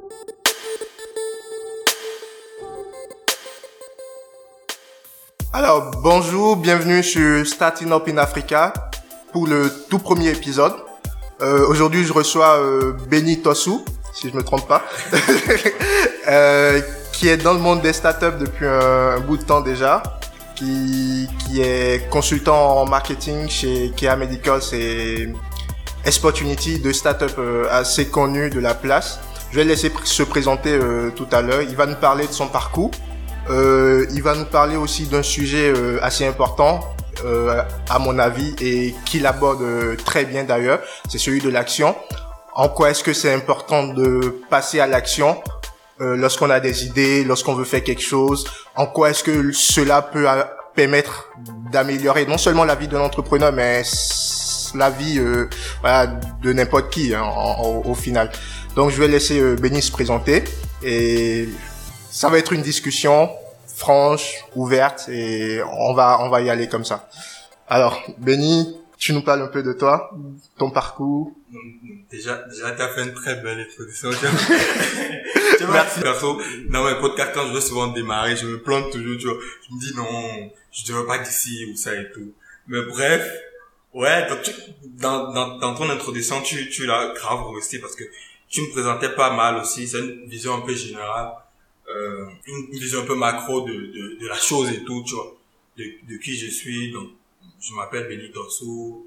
Alors, bonjour, bienvenue sur Starting Up in Africa pour le tout premier épisode. Aujourd'hui, je reçois Benny Tossou, si je me trompe pas, qui est dans le monde des startups depuis un bout de temps déjà, qui est consultant en marketing chez Kea Medical, c'est Spot-Unity, deux startups assez connues de la place. Je vais le laisser se présenter tout à l'heure. Il va nous parler de son parcours. Il va nous parler aussi d'un sujet assez important, à mon avis, et qu'il aborde très bien d'ailleurs. C'est celui de l'action. En quoi est-ce que c'est important de passer à l'action lorsqu'on a des idées, lorsqu'on veut faire quelque chose? En quoi est-ce que cela peut permettre d'améliorer non seulement la vie de l'entrepreneur, mais la vie de n'importe qui au final. Donc je vais laisser Benny se présenter et ça va être une discussion franche, ouverte, et on va y aller comme ça. Alors, Benny, tu nous parles un peu de toi, ton parcours. Déjà, t'as fait une très belle introduction. Merci. Perso, dans mes podcasts, quand je veux souvent démarrer, je me plante toujours, tu vois. Je me dis non, je devrais pas d'ici ou ça et tout. Mais bref, ouais, donc dans ton introduction, tu l'as grave réussi parce que tu me présentais pas mal aussi. C'est une vision un peu générale. Une vision un peu macro de la chose et tout, tu vois, de qui je suis. Donc, je m'appelle Benny Tossou.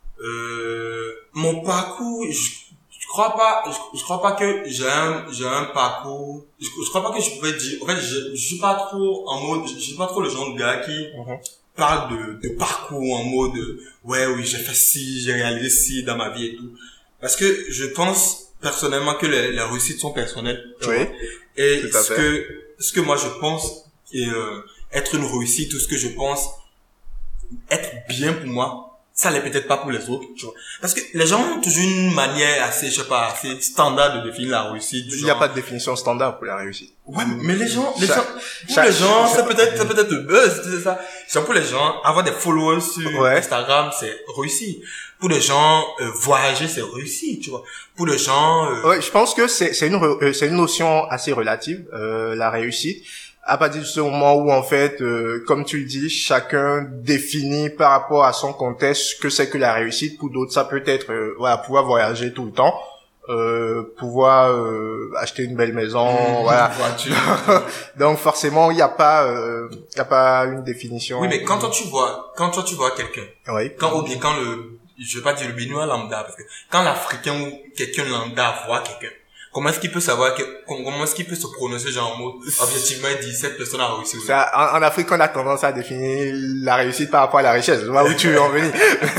Mon parcours, je crois pas que j'ai un parcours, je crois pas que je pourrais dire, en fait, je suis pas trop en mode, je suis pas trop le genre de gars qui parle de parcours en mode, ouais, oui, j'ai fait ci, j'ai réalisé ci dans ma vie et tout. Parce que je pense, personnellement, que les réussites sont personnelles, tu vois. Et ce que moi je pense être une réussite, ou ce que je pense être bien pour moi, ça l'est peut-être pas pour les autres, tu vois. Parce que les gens ont toujours une manière assez, je sais pas, assez standard de définir la réussite. Il n'y a pas de définition standard pour la réussite. Ouais, mais les gens, c'est peut-être le buzz, c'est ça. Genre pour les gens, avoir des followers sur Instagram, c'est réussi. Pour les gens, voyager, c'est réussi, tu vois. Pour les gens, ouais, je pense que c'est une notion assez relative, la réussite. À partir de ce moment où, en fait, comme tu le dis, chacun définit par rapport à son contexte ce que c'est que la réussite. Pour d'autres, ça peut être, pouvoir voyager tout le temps, pouvoir acheter une belle maison, voilà. Donc forcément, il y a pas une définition. Oui, mais quand toi tu vois quelqu'un, je vais pas dire le Béninois lambda, parce que quand l'Africain ou quelqu'un lambda voit quelqu'un, comment est-ce qu'il peut savoir comment est-ce qu'il peut se prononcer genre en mode objectivement il dit cette personne a réussi? Ça, en Afrique, on a tendance à définir la réussite par rapport à la richesse. Je vois où tu veux en venir.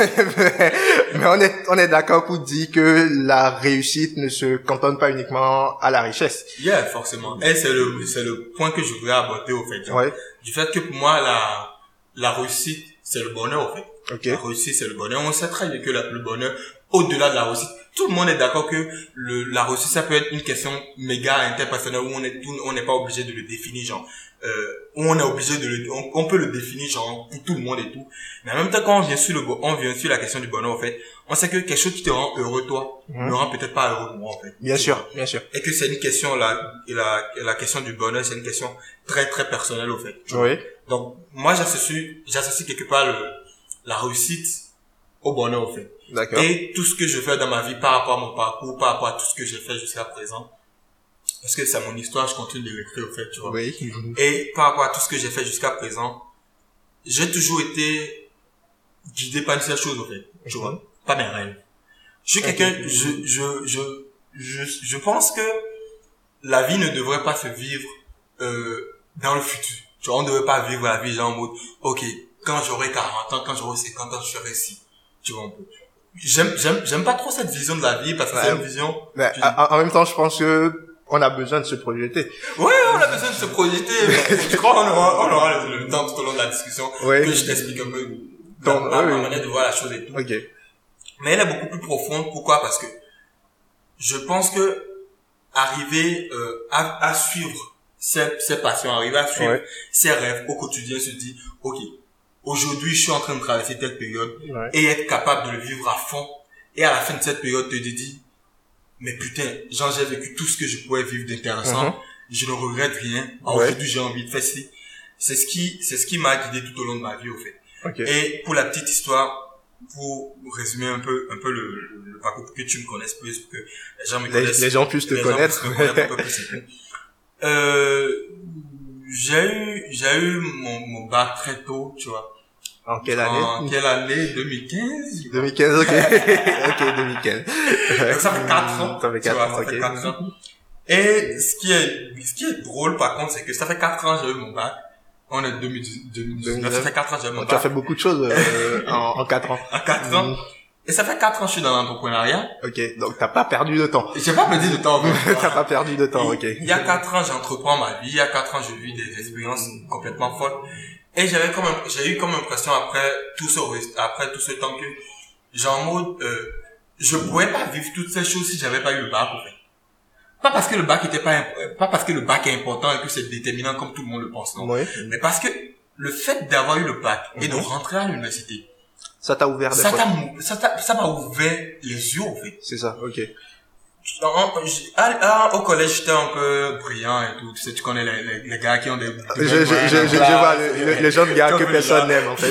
mais on est d'accord pour dire que la réussite ne se cantonne pas uniquement à la richesse. Yeah, forcément. Et c'est le point que je voulais aborder au fait. Ouais. Du fait que pour moi la réussite c'est le bonheur au fait. Okay. La réussite c'est le bonheur. On sait très bien que le bonheur au-delà de la réussite, tout le monde est d'accord que la réussite ça peut être une question méga interpersonnelle où on n'est pas obligé de le définir genre où on est obligé on peut le définir genre pour tout le monde et tout. Mais en même temps quand on vient sur la question du bonheur en fait, on sait que quelque chose qui te rend heureux toi ne rend peut-être pas heureux moi en fait. Bien sûr. Et que c'est une question la question du bonheur, c'est une question très très personnelle au fait. Oui. Donc moi j'associe quelque part la réussite au bonheur au fait. D'accord. Et tout ce que je fais dans ma vie par rapport à mon parcours, par rapport à tout ce que j'ai fait jusqu'à présent, parce que c'est mon histoire, je continue de l'écrire au fait, tu vois. Oui. Et par rapport à tout ce que j'ai fait jusqu'à présent, j'ai toujours été guidé par une seule chose au fait, tu vois, pas mes rêves. Je suis quelqu'un, je pense que la vie ne devrait pas se vivre dans le futur. Tu vois, on ne devrait pas vivre la vie genre en mode, ok, quand j'aurai 40 ans, quand j'aurai 50 ans, je serai ci. Tu vois un peu. J'aime pas trop cette vision de la vie parce que c'est une vision. Mais en même temps, je pense que on a besoin de se projeter. Ouais, on a besoin de se projeter. Je crois qu'on aura le temps tout au long de la discussion que je t'explique un peu ma manière de voir la chose et tout. Okay. Mais elle est beaucoup plus profonde. Pourquoi? Parce que je pense que arriver à suivre ses passions, arriver à suivre ses rêves au quotidien, se dit, ok, aujourd'hui, je suis en train de traverser telle période et être capable de le vivre à fond. Et à la fin de cette période, te dire, mais putain, genre, j'ai vécu tout ce que je pouvais vivre d'intéressant. Je ne regrette rien. Aujourd'hui, j'ai envie de faire ci. C'est ce qui m'a guidé tout au long de ma vie, au fait. Et pour la petite histoire, pour résumer un peu le parcours, pour que tu me connaisses plus, pour que les gens me connaissent. Les gens puissent te connaître. Un peu plus. J'ai eu mon bac très tôt, tu vois. En quelle année? 2015. 2015, ok. Ok, 2015. Donc ça fait 4 ans. Ça fait 4 ans, ça fait 4 ans. Et ce qui est drôle, par contre, c'est que ça fait 4 ans que j'ai eu mon bac. On est 2019. Ça fait 4 ans que j'ai eu mon bac. Tu as fait beaucoup de choses, en 4 ans. En 4 ans. Et ça fait 4 ans que je suis dans l'entrepreneuriat. Ok, donc t'as pas perdu de temps. J'ai pas perdu de temps. T'as pas perdu de temps, ok. Il y a 4 ans, j'entreprends ma vie. Il y a 4 ans, je vis des expériences complètement folles. Et j'ai eu comme impression après tout ce temps que, genre, en mode, je pouvais pas vivre toutes ces choses si j'avais pas eu le bac, en fait. Pas parce que le bac est important et que c'est déterminant comme tout le monde le pense, non. Oui. Mais parce que le fait d'avoir eu le bac et de rentrer à l'université, ça t'a ouvert des portes. Ça m'a ouvert les yeux, en fait. C'est ça, ok. Au collège, j'étais un peu brillant et tout. Tu sais, tu connais les gars qui ont des je vois les gens de gars que personne n'aime, en fait.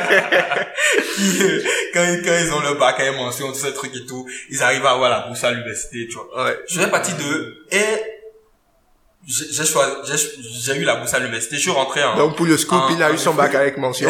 Quand ils ont le bac à mention, tous ces trucs et tout, ils arrivent à avoir la bourse à l'université, tu vois. Ouais. Je fais partie d'eux et j'ai eu la bourse à l'université. Je suis rentré donc pour le scoop, il a eu son bac avec mention.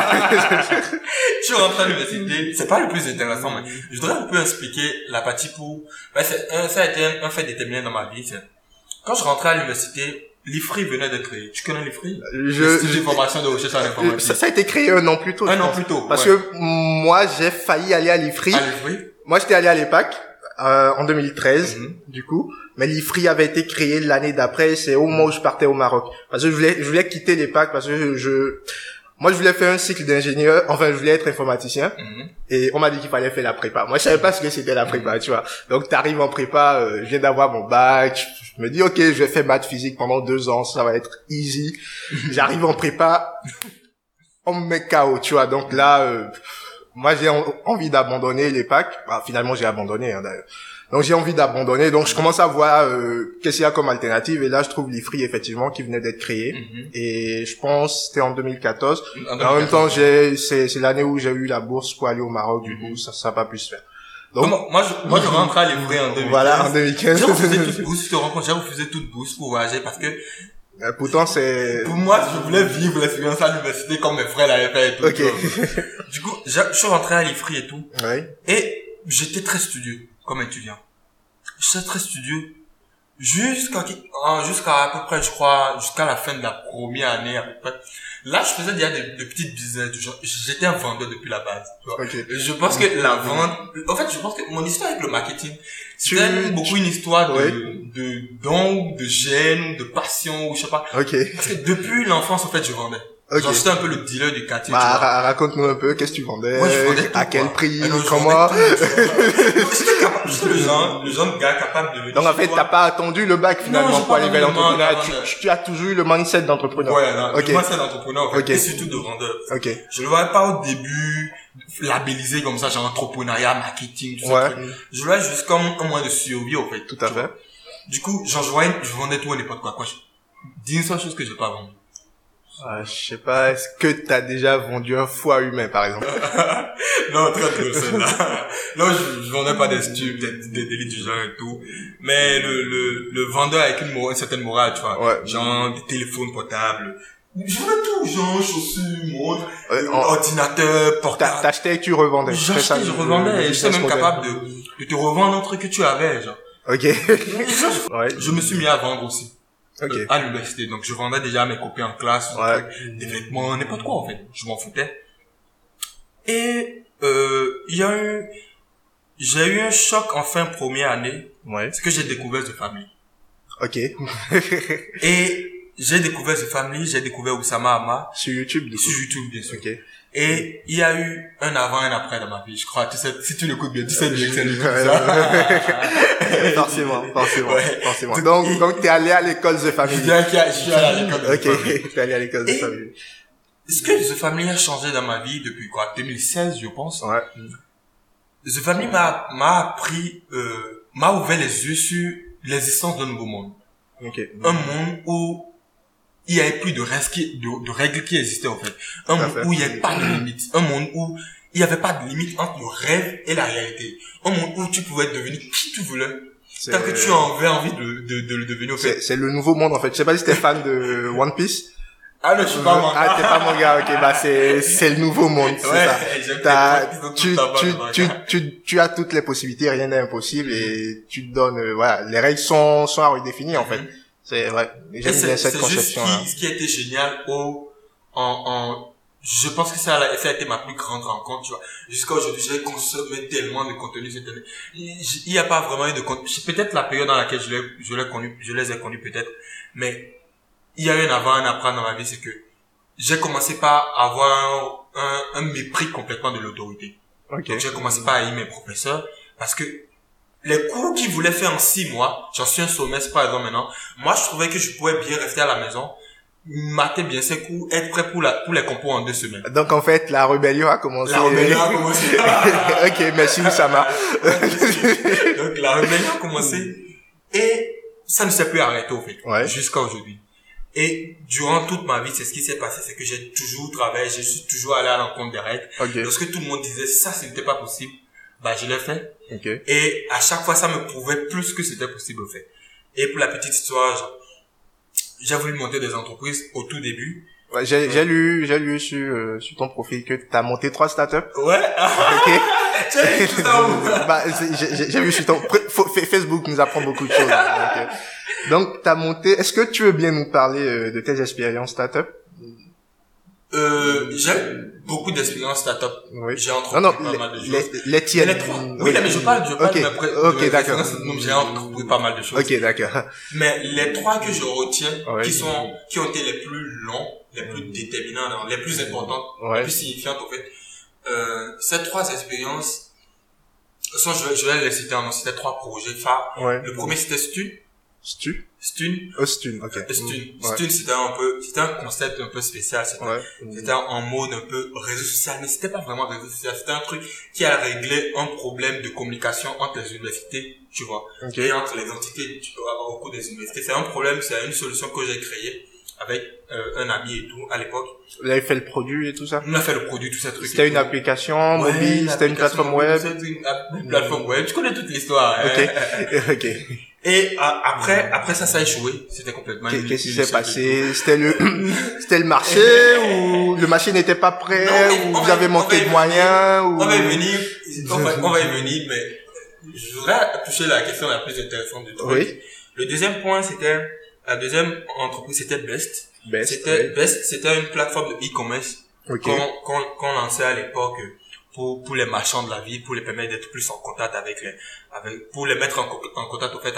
Je suis rentré à l'université. C'est pas le plus intéressant, mais je voudrais un peu expliquer la partie ça a été un fait déterminant dans ma vie. Quand je rentrais à l'université, l'IFRI venait d'être créé. Tu connais l'IFRI? L'Institut de formation de recherche en informatique. Ça a été créé un an plus tôt. Un an plus tôt. Parce que moi, j'ai failli aller à l'IFRI. Moi, j'étais allé à l'EPAC. En 2013, du coup. Mais l'IFRI avait été créé l'année d'après, c'est au moment où je partais au Maroc. Parce que je voulais quitter l'EPAC parce que moi, je voulais faire un cycle d'ingénieur, enfin, je voulais être informaticien. Et on m'a dit qu'il fallait faire la prépa. Moi, je savais pas ce que c'était la prépa, tu vois. Donc, t'arrives en prépa, je viens d'avoir mon bac, je me dis, ok, je vais faire maths physique pendant 2 ans, ça va être easy. J'arrive en prépa, on me met KO, tu vois. Donc là, moi, j'ai envie d'abandonner l'EPAC. Bah, finalement, j'ai abandonné, hein, d'ailleurs. Donc, j'ai envie d'abandonner. Donc, je commence à voir qu'est-ce qu'il y a comme alternative. Et là, je trouve l'IFRI, effectivement, qui venait d'être créé. Et je pense c'était en 2014. En même temps, c'est l'année où j'ai eu la bourse pour aller au Maroc. Du coup, ça n'a pas pu se faire. Donc, moi, je rentrais à l'IFRI en 2015. Voilà, en 2015. J'ai refusé toute bourse. Je te rends compte, j'ai refusé toute bourse pour voyager parce que pourtant, c'est... Pour moi, je voulais vivre l'expérience à l'université comme mes frères l'avaient fait et tout. Ok. Du coup, je suis rentré à l'IFRI et tout. Oui. Et j'étais très studieux comme étudiant. J'étais très studieux jusqu'à à peu près, je crois, jusqu'à la fin de la première année à peu près. Là, je faisais déjà de petites business. J'étais un vendeur depuis la base. Tu vois. Okay. Je pense que la vente, en fait, je pense que mon histoire avec le marketing, c'était beaucoup une histoire de don, de gêne, de passion, ou je sais pas. Okay. Parce que depuis l'enfance, en fait, je vendais. Okay. Genre, j'étais un peu le dealer du quartier. Bah, raconte-nous un peu, qu'est-ce que tu vendais? Moi, je vendais tout, à quel prix? Non, comment? J'étais le genre de gars capable de... Donc, en fait, t'as pas attendu le bac, finalement, pour aller vers l'entrepreneuriat. Tu as toujours eu le mindset d'entrepreneur. Ouais, le mindset d'entrepreneur, en fait. Et surtout de vendeur. Ok. Je le voyais pas au début labellisé comme ça, genre entrepreneuriat, marketing, tout ça. Je le voyais juste comme un moyen de survie, en fait. Tout à fait. Du coup, genre, je vendais tout et n'importe quoi. Dis une seule chose que j'ai pas vendu. Je sais pas, est-ce que t'as déjà vendu un foie humain, par exemple? Non, très drôle, celle-là. Non, je vendais pas des stupes, des délits du genre et tout. Mais le vendeur avec une certaine morale, tu vois. Ouais. Genre, des téléphones portables. Je vendais tout, genre, chaussures, montres, ordinateur, portable. T'achetais et tu revendais. J'achetais, je revendais. Et j'étais même capable de te revendre un truc que tu avais, genre. Ok. Je me suis mis à vendre aussi. Okay. À l'université. Donc, je vendais déjà à mes copains en classe, des vêtements, n'importe quoi, en fait. Je m'en foutais. Et, j'ai eu un choc en fin première année. Ouais. C'est que j'ai découvert The Family. Ok. Et, j'ai découvert The Family, j'ai découvert Oussama Hamma. Sur YouTube, du coup. Sur YouTube, bien sûr. Ok. Et il y a eu un avant et un après dans ma vie, je crois. Tu sais, si tu l'écoutes bien, tu sais bien que c'est le Forcément. Donc t'es allé à l'école The Family. Je suis allé à l'école The Family. Ok, t'es allé à l'école The Family. Est-ce que The Family a changé dans ma vie depuis quoi? 2016, je pense. Ouais. The Family m'a appris, m'a ouvert les yeux sur l'existence d'un nouveau monde. Okay. Un monde où il n'y avait plus de règles qui existaient, en fait. Un monde où il n'y avait pas de limites. Un monde où il n'y avait pas de limite entre le rêve et la réalité. Un monde où tu pouvais devenir qui tu voulais. Tant que tu avais envie de le devenir, en fait. C'est le nouveau monde, en fait. Je sais pas si t'es fan de One Piece. Ah non, je suis pas manga. Ah, t'es pas manga, ok, bah c'est le nouveau monde, c'est ça. Tu as toutes les possibilités, rien n'est impossible et tu te donnes, voilà, les règles sont à redéfinir, en fait. C'est vrai. J'aime bien cette conception. Ce qui a été génial je pense que ça a été ma plus grande rencontre, tu vois. Jusqu'à aujourd'hui, j'ai consommé tellement de contenu sur Internet. Il n'y a pas vraiment eu de contenu. C'est peut-être la période dans laquelle je les ai connus peut-être, mais il y a eu un avant, un après dans ma vie, c'est que j'ai commencé par avoir un mépris complètement de l'autorité. Okay. Donc j'ai commencé par haïr mes professeurs parce que les cours qu'ils voulaient faire en 6 mois, j'en suis un semestre par exemple maintenant, moi je trouvais que je pouvais bien rester à la maison, mater bien ces cours, être prêt pour les compos en 2 semaines. Donc en fait, la rébellion a commencé. Ok, merci Oussama. Donc la rébellion a commencé et ça ne s'est plus arrêté au fait, jusqu'à aujourd'hui. Et durant toute ma vie, c'est ce qui s'est passé, c'est que j'ai toujours travaillé, je suis toujours allé à l'encontre des règles. Okay. Lorsque tout le monde disait ça, ce n'était pas possible, bah je l'ai fait. Okay. Et à chaque fois, ça me prouvait plus que c'était possible au fait. Et pour la petite histoire, j'ai voulu monter des entreprises au tout début. Ouais, j'ai lu sur ton profil que t'as monté 3 startups. Ouais. Ok. J'ai vu tout ça où? Bah, j'ai vu sur ton Facebook nous apprend beaucoup de choses. Donc t'as monté. Est-ce que tu veux bien nous parler de tes expériences startup? J'ai beaucoup d'expériences startup. Oui. J'ai entrepris pas mal de choses. Les tiennes. Oui, mais je parle okay. de d'accord. J'ai entrepris pas mal de choses. Ok, d'accord. Mais les 3 que je retiens, qui ont été les plus longs, les plus déterminants, les plus importantes, les plus signifiantes, en fait, ces 3 expériences, je vais les citer en nom, c'était 3 projets phares. Ouais. Le premier, c'était Stun. Stun, ok. Stun, c'était un concept un peu spécial, c'était en mode un peu réseau social, mais c'était pas vraiment réseau social, c'était un truc qui a réglé un problème de communication entre les universités, tu vois, et entre les entités, tu dois avoir beaucoup des universités. C'est un problème, c'est une solution que j'ai créée avec un ami et tout, à l'époque. Vous avez fait le produit et tout ça? On a fait le produit, tout ça truc. C'était une application mobile, c'était une plateforme web. C'était une plateforme web. Tu connais toute l'histoire. Ok. Et après ça a échoué. C'était complètement. Qu'est-ce qui s'est passé? C'était le marché ou le marché n'était pas prêt ou vous avez manqué de moyens ou... On va y venir, mais je voudrais toucher la question la plus intéressante du truc. Oui. Le deuxième point, la deuxième entreprise, c'était Best. Best, c'était une plateforme de e-commerce qu'on lançait à l'époque pour les marchands de la ville, pour les permettre d'être plus en contact pour les mettre en contact au fait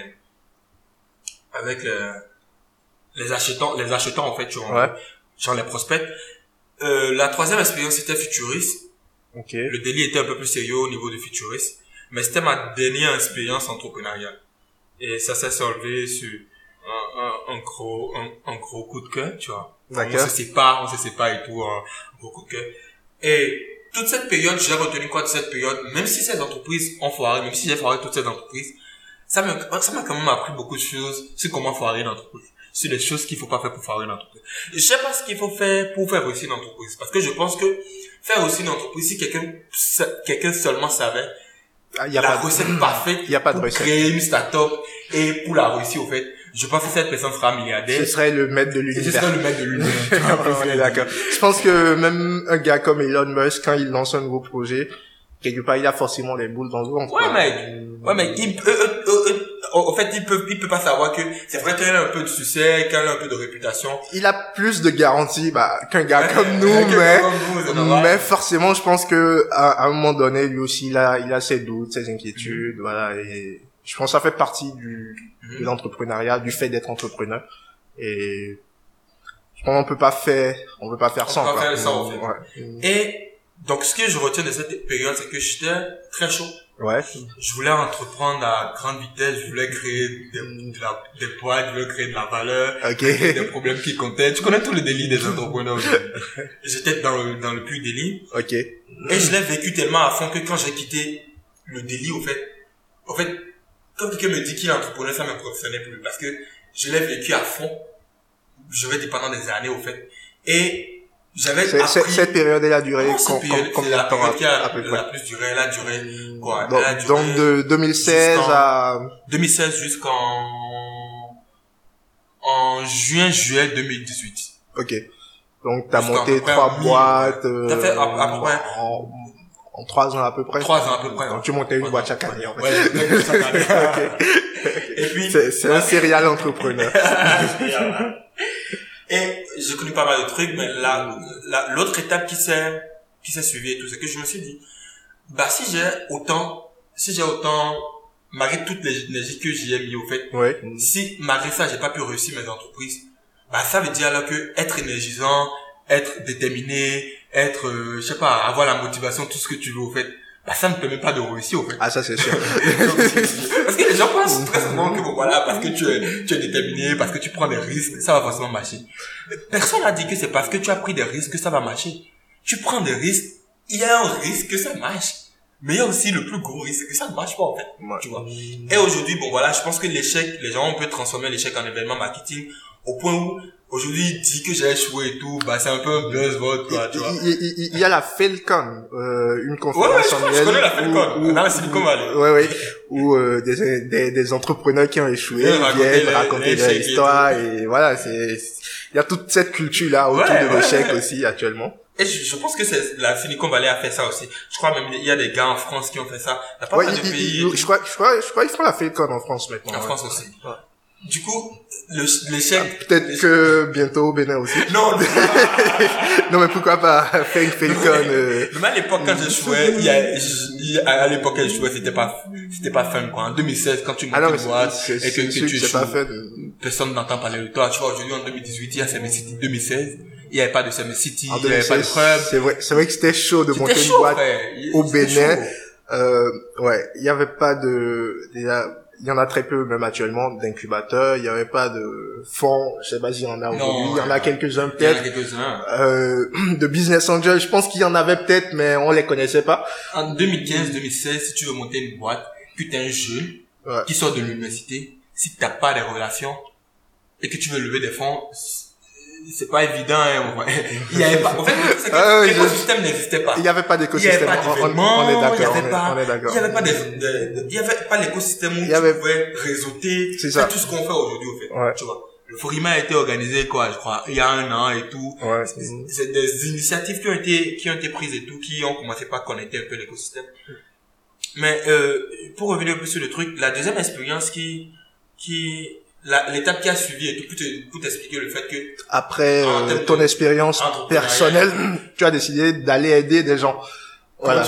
avec les achetants en fait, genre les prospects. La troisième expérience, c'était Futurist. Le délit était un peu plus sérieux au niveau de Futurist, mais c'était ma dernière expérience entrepreneuriale. Et ça s'est solvé sur un gros coup de cœur, tu vois. On se sépare et tout, un gros coup de cœur. Et toute cette période, j'ai retenu quoi de cette période, même si ces entreprises ont foiré, même si j'ai foiré toutes ces entreprises, ça m'a quand même appris beaucoup de choses sur comment foirer une entreprise, sur les choses qu'il faut pas faire pour foirer une entreprise. Je sais pas ce qu'il faut faire pour faire réussir une entreprise, parce que je pense que faire réussir une entreprise, si quelqu'un seulement savait la recette parfaite pour créer une start-up et pour la réussir au fait, je pense que cette personne sera milliardaire. Ce serait le maître de l'univers. On est d'accord. Je pense que même un gars comme Elon Musk, quand il lance un nouveau projet, quelque part, il a forcément les boules dans le ventre. Ouais, mais en fait, il peut pas savoir que c'est vrai qu'il a un peu de succès, qu'il a un peu de réputation. Il a plus de garanties, qu'un gars comme nous, mais forcément, je pense que, à un moment donné, lui aussi, il a ses doutes, ses inquiétudes, voilà, et je pense que ça fait partie de l'entrepreneuriat, du fait d'être entrepreneur. Et je pense qu'on peut pas faire sans. On peut pas faire sans, en fait. Et donc, ce que je retiens de cette période, c'est que j'étais très chaud. Ouais. Je voulais entreprendre à grande vitesse, je voulais créer des boîtes, je voulais créer de la valeur, des problèmes qui comptaient. Tu connais tous les délits des entrepreneurs. J'étais dans le pur délit. Et je l'ai vécu tellement à fond que quand j'ai quitté le délit, au fait, quand quelqu'un me dit qu'il est entrepreneur, ça m'impressionnait plus parce que je l'ai vécu à fond. Je vais dire pendant des années, au fait. Et j'avais appris... Cette période, elle a duré combien de temps à peu près? La plus durée, elle a duré quoi? Donc de 2016 à... 2016 en juillet 2018. Ok. Donc t'as monté 3 boîtes. T'as fait à peu près en 3 ans à peu près. 3 ans à peu près. Donc tu montais une boîte chaque année en fait. Ouais, je montais chaque année. Okay. Et puis c'est un serial entrepreneur. Et j'ai connu pas mal de trucs, mais l'autre étape qui s'est suivie et tout, c'est que je me suis dit, bah si j'ai autant, malgré toute l'énergie que j'y ai mis au fait, ouais. Si malgré ça j'ai pas pu réussir mes entreprises, bah ça veut dire alors que être énergisant, être déterminé, être je sais pas, avoir la motivation, tout ce que tu veux au fait, bah ça ne permet pas de réussir au fait. Ah ça c'est sûr. Parce que les gens pensent très souvent que bon voilà, parce que tu es déterminé, parce que tu prends des risques, ça va forcément marcher. Personne n'a dit que c'est parce que tu as pris des risques que ça va marcher. Tu prends des risques, il y a un risque que ça marche. Mais il y a aussi le plus gros risque que ça ne marche pas en fait. Ouais. Tu vois. Et aujourd'hui, bon voilà, je pense que l'échec, les gens on peut transformer l'échec en événement marketing au point où aujourd'hui il dit que j'ai échoué et tout, bah c'est un peu un buzzword quoi, tu vois. Il y a la Falcon, une conférence annuelle. Je connais la Falcon, dans la Silicon Valley. Ouais, où des entrepreneurs qui ont échoué viennent raconter leur histoire et voilà, il y a toute cette culture là autour de l'échec aussi actuellement. Et je pense que la Silicon Valley a fait ça aussi. Je crois même il y a des gars en France qui ont fait ça. Il y a pas mal de pays. Je crois qu'ils font la Falcon en France maintenant. En France aussi. Ouais. Du coup, l'échec... Peut-être que bientôt au Bénin aussi. Non, non, mais pourquoi pas faire une Falcon Mais à l'époque, quand j'échouais, à l'époque, quand j'échouais, c'était pas fun, quoi. En 2016, quand tu montes une boîte, et que tu échoues, personne n'entend parler de toi. Tu vois, aujourd'hui, en 2018, il y a Summit City. 2016, il n'y avait pas de Summit City, il n'y avait pas de club. C'est vrai que c'était chaud de monter une boîte au Bénin. Ouais, il n'y avait pas il y en a très peu, même actuellement, d'incubateurs. Il y avait pas de fonds. Je sais pas s'il y en a aujourd'hui. Il y en a quelques-uns, peut-être. Il y en a quelques-uns. De business angels. Je pense qu'il y en avait peut-être, mais on les connaissait pas. En 2015-2016, si tu veux monter une boîte, que t'es un jeune, qui sort de l'université, si t'as pas des relations, et que tu veux lever des fonds, c'est pas évident, hein. Il y avait pas, en fait, c'est que l'écosystème n'existait pas. Il y avait pas d'écosystème. On est d'accord. Il y avait pas l'écosystème où tu pouvais réseauter. C'est ça. Tout ce qu'on fait aujourd'hui, au fait. Ouais. Tu vois. Le Forima a été organisé, quoi, je crois, il y a 1 an et tout. Ouais. C'est des initiatives qui ont été prises et tout, qui ont commencé par connecter un peu l'écosystème. Mais, pour revenir un peu sur le truc, la deuxième expérience l'étape qui a suivi et tout pour t'expliquer le fait que après ton expérience personnelle, tu as décidé d'aller aider des gens. Voilà.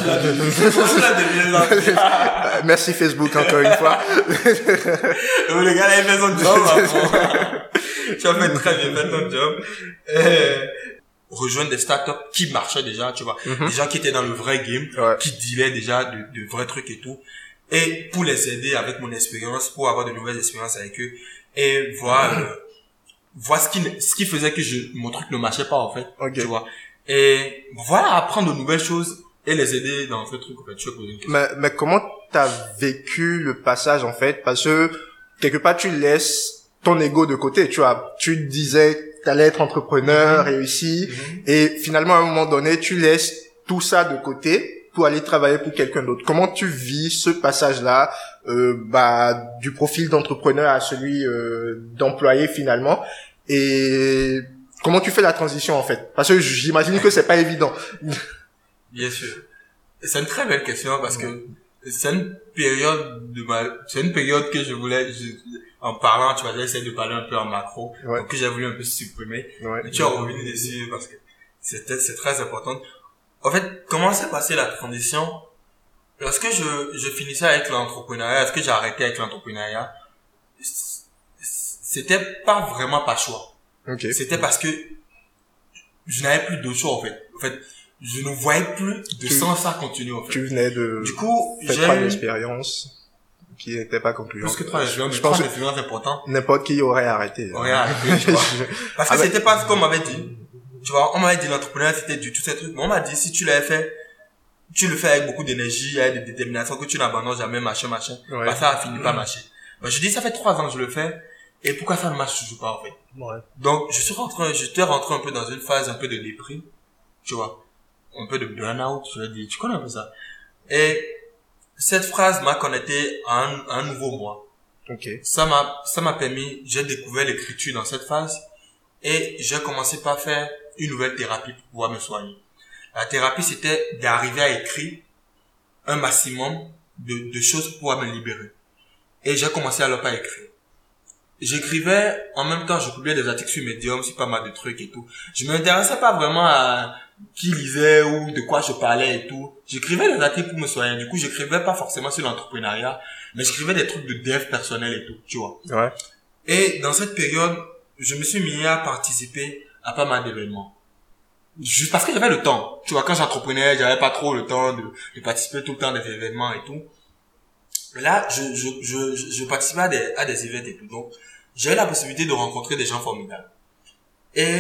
Merci Facebook encore une fois. Le gars là, il fait son job. Tu as fait très bien fait ton job. Rejoindre des startups qui marchaient déjà, tu vois, des gens qui étaient dans le vrai game, qui dealaient déjà de vrais trucs et tout. Et pour les aider avec mon expérience, pour avoir de nouvelles expériences avec eux et voir ce qui faisait que mon truc ne marchait pas en fait, tu vois. Et voilà, apprendre de nouvelles choses et les aider dans ce truc en fait. Tu veux poser une question. Mais comment t'as vécu le passage en fait? Parce que quelque part tu laisses ton ego de côté, tu vois. Tu te disais t'allais être entrepreneur, réussi, et finalement à un moment donné tu laisses tout ça de côté pour aller travailler pour quelqu'un d'autre. Comment tu vis ce passage-là, du profil d'entrepreneur à celui d'employé finalement, et comment tu fais la transition en fait? Parce que j'imagine que c'est pas évident. Bien sûr. C'est une très belle question parce que c'est une période que je voulais, en parlant, tu vois, j'ai essayé de parler un peu en macro, donc que j'ai voulu un peu supprimer. Mais tu as revenu dessus parce que c'est très important. En fait, comment s'est passée la transition? Lorsque je finissais avec l'entrepreneuriat, lorsque j'ai arrêté avec l'entrepreneuriat, c'était pas vraiment par choix. Okay. C'était parce que je n'avais plus de choix, en fait. En fait, je ne voyais plus de sens à continuer, en fait. Tu venais de faire 3 expériences qui n'étaient pas concluantes. Plus que 3 expériences, mais 3 expériences importantes. N'importe qui aurait arrêté. Aurait arrêté, tu vois. Parce que c'était pas ce qu'on m'avait dit. Tu vois, on m'avait dit l'entrepreneuriat c'était du tout ces trucs. Mais on m'a dit si tu l'avais fait tu le fais avec beaucoup d'énergie, avec de détermination, que tu n'abandonnes jamais, machin, Ouais. bah, ça a fini par marcher. Bah, je dis, ça fait 3 ans que je le fais, et pourquoi ça ne marche toujours pas, en fait? Ouais. Donc, j'étais rentré un peu dans une phase un peu de déprime, tu vois. Un peu de burn-out, je veux dire, tu connais un peu ça. Et cette phrase m'a connecté à un nouveau moi. Ok. Ça m'a permis, j'ai découvert l'écriture dans cette phase, et j'ai commencé par faire une nouvelle thérapie pour pouvoir me soigner. La thérapie, c'était d'arriver à écrire un maximum de choses pour pouvoir me libérer. Et j'ai commencé alors par écrire. J'écrivais, en même temps, je publiais des articles sur Medium, sur pas mal de trucs et tout. Je m'intéressais pas vraiment à qui lisait ou de quoi je parlais et tout. J'écrivais des articles pour me soigner. Du coup, j'écrivais pas forcément sur l'entrepreneuriat, mais j'écrivais des trucs de dev personnel et tout, tu vois. Ouais. Et dans cette période, je me suis mis à participer à pas mal d'événements. Juste parce que j'avais le temps. Tu vois, quand j'entreprenais, j'avais pas trop le temps de participer tout le temps à des événements et tout. Mais là, je participais à des événements et tout. Donc, j'ai eu la possibilité de rencontrer des gens formidables. Et,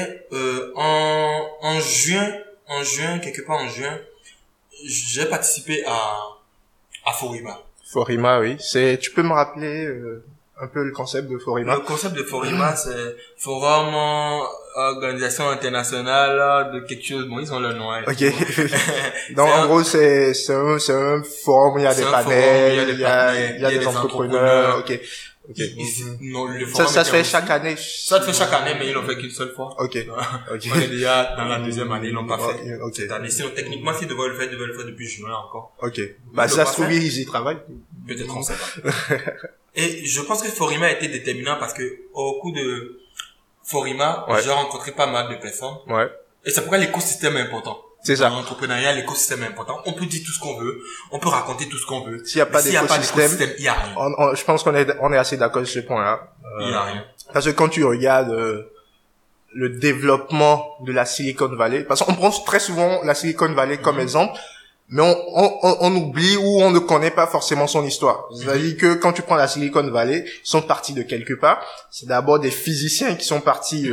en juin, quelque part en juin, j'ai participé à Forima. Forima, oui. Tu peux me rappeler, un peu le concept de Forima? Le concept de Forima, c'est Forum Organisation Internationale de quelque chose. Bon, ils ont le nom. Hein. Ok. Donc, en gros, c'est un forum, il y a des panels, il y a des entrepreneurs. Ok. Ok. Non, le forum Ça se fait chaque année. Ça se fait chaque année, mais ils l'ont fait qu'une seule fois. Ok. Ok. On est déjà dans la deuxième année, ils l'ont pas fait. Ok. Cette année. Sinon, techniquement, s'ils devaient le faire depuis juin encore. Ok. Bah, ça se trouve, ils y travaillent. Peut-être on sait pas. Et je pense que Forima a été déterminant parce que au cours de Forima, Ouais. j'ai rencontré pas mal de personnes. Ouais. Et c'est pourquoi l'écosystème est important. C'est ça. Dans l'entrepreneuriat, l'écosystème est important. On peut dire tout ce qu'on veut. On peut raconter tout ce qu'on veut. S'il y a pas d'écosystème, il y a rien. je pense qu'on est assez d'accord sur ce point-là. Il y a rien. Parce que quand tu regardes, le développement de la Silicon Valley, parce qu'on prend très souvent la Silicon Valley comme exemple, mais on oublie ou on ne connaît pas forcément son histoire. C'est-à-dire que quand tu prends la Silicon Valley, ils sont partis de quelque part. C'est d'abord des physiciens qui sont partis,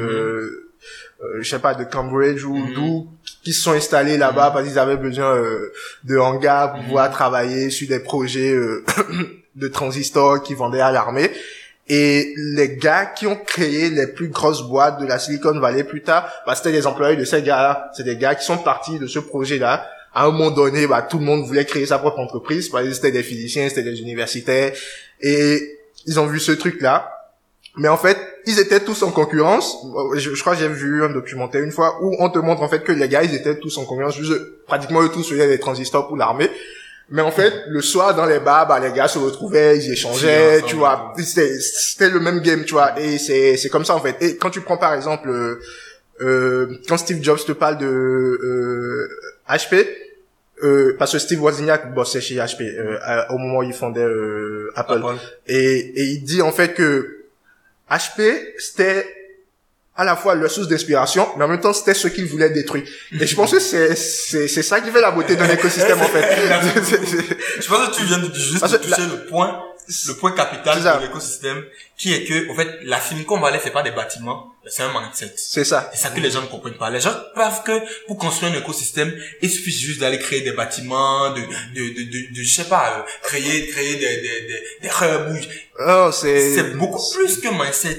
je sais pas, de Cambridge ou d'où, qui se sont installés là-bas parce qu'ils avaient besoin de hangars pour pouvoir travailler sur des projets de transistors qui vendaient à l'armée. Et les gars qui ont créé les plus grosses boîtes de la Silicon Valley plus tard, bah, c'était des employés de ces gars-là. C'est des gars qui sont partis de ce projet-là. À un moment donné, bah, tout le monde voulait créer sa propre entreprise parce que c'était des physiciens, c'était des universitaires. Et ils ont vu ce truc-là. Mais en fait, ils étaient tous en concurrence. Je crois que j'ai vu un documentaire une fois où on te montre en fait que les gars, ils étaient tous en concurrence. Pratiquement eux tous faisaient des transistors pour l'armée. Mais en fait, le soir, dans les bars, bah, les gars se retrouvaient, ils échangeaient, tu vois. C'était le même game, tu vois. Et c'est comme ça, en fait. Et quand tu prends, par exemple, quand Steve Jobs te parle de, HP, parce que Steve Wozniak bossait chez HP, au moment où il fondait, Apple. Et il dit, en fait, que HP, c'était à la fois leur source d'inspiration, mais en même temps, c'était ce qu'ils voulaient détruire. Et je pense que c'est ça qui fait la beauté d'un écosystème, en fait. Je pense que tu viens de juste toucher le point capital de l'écosystème, qui est que, en fait, la Silicon Valley, c'est pas des bâtiments, c'est un mindset. C'est ça. C'est ça que les gens ne comprennent pas. Les gens pensent que pour construire un écosystème, il suffit juste d'aller créer des bâtiments, je sais pas, créer des hubs. Oh, c'est beaucoup plus que mindset.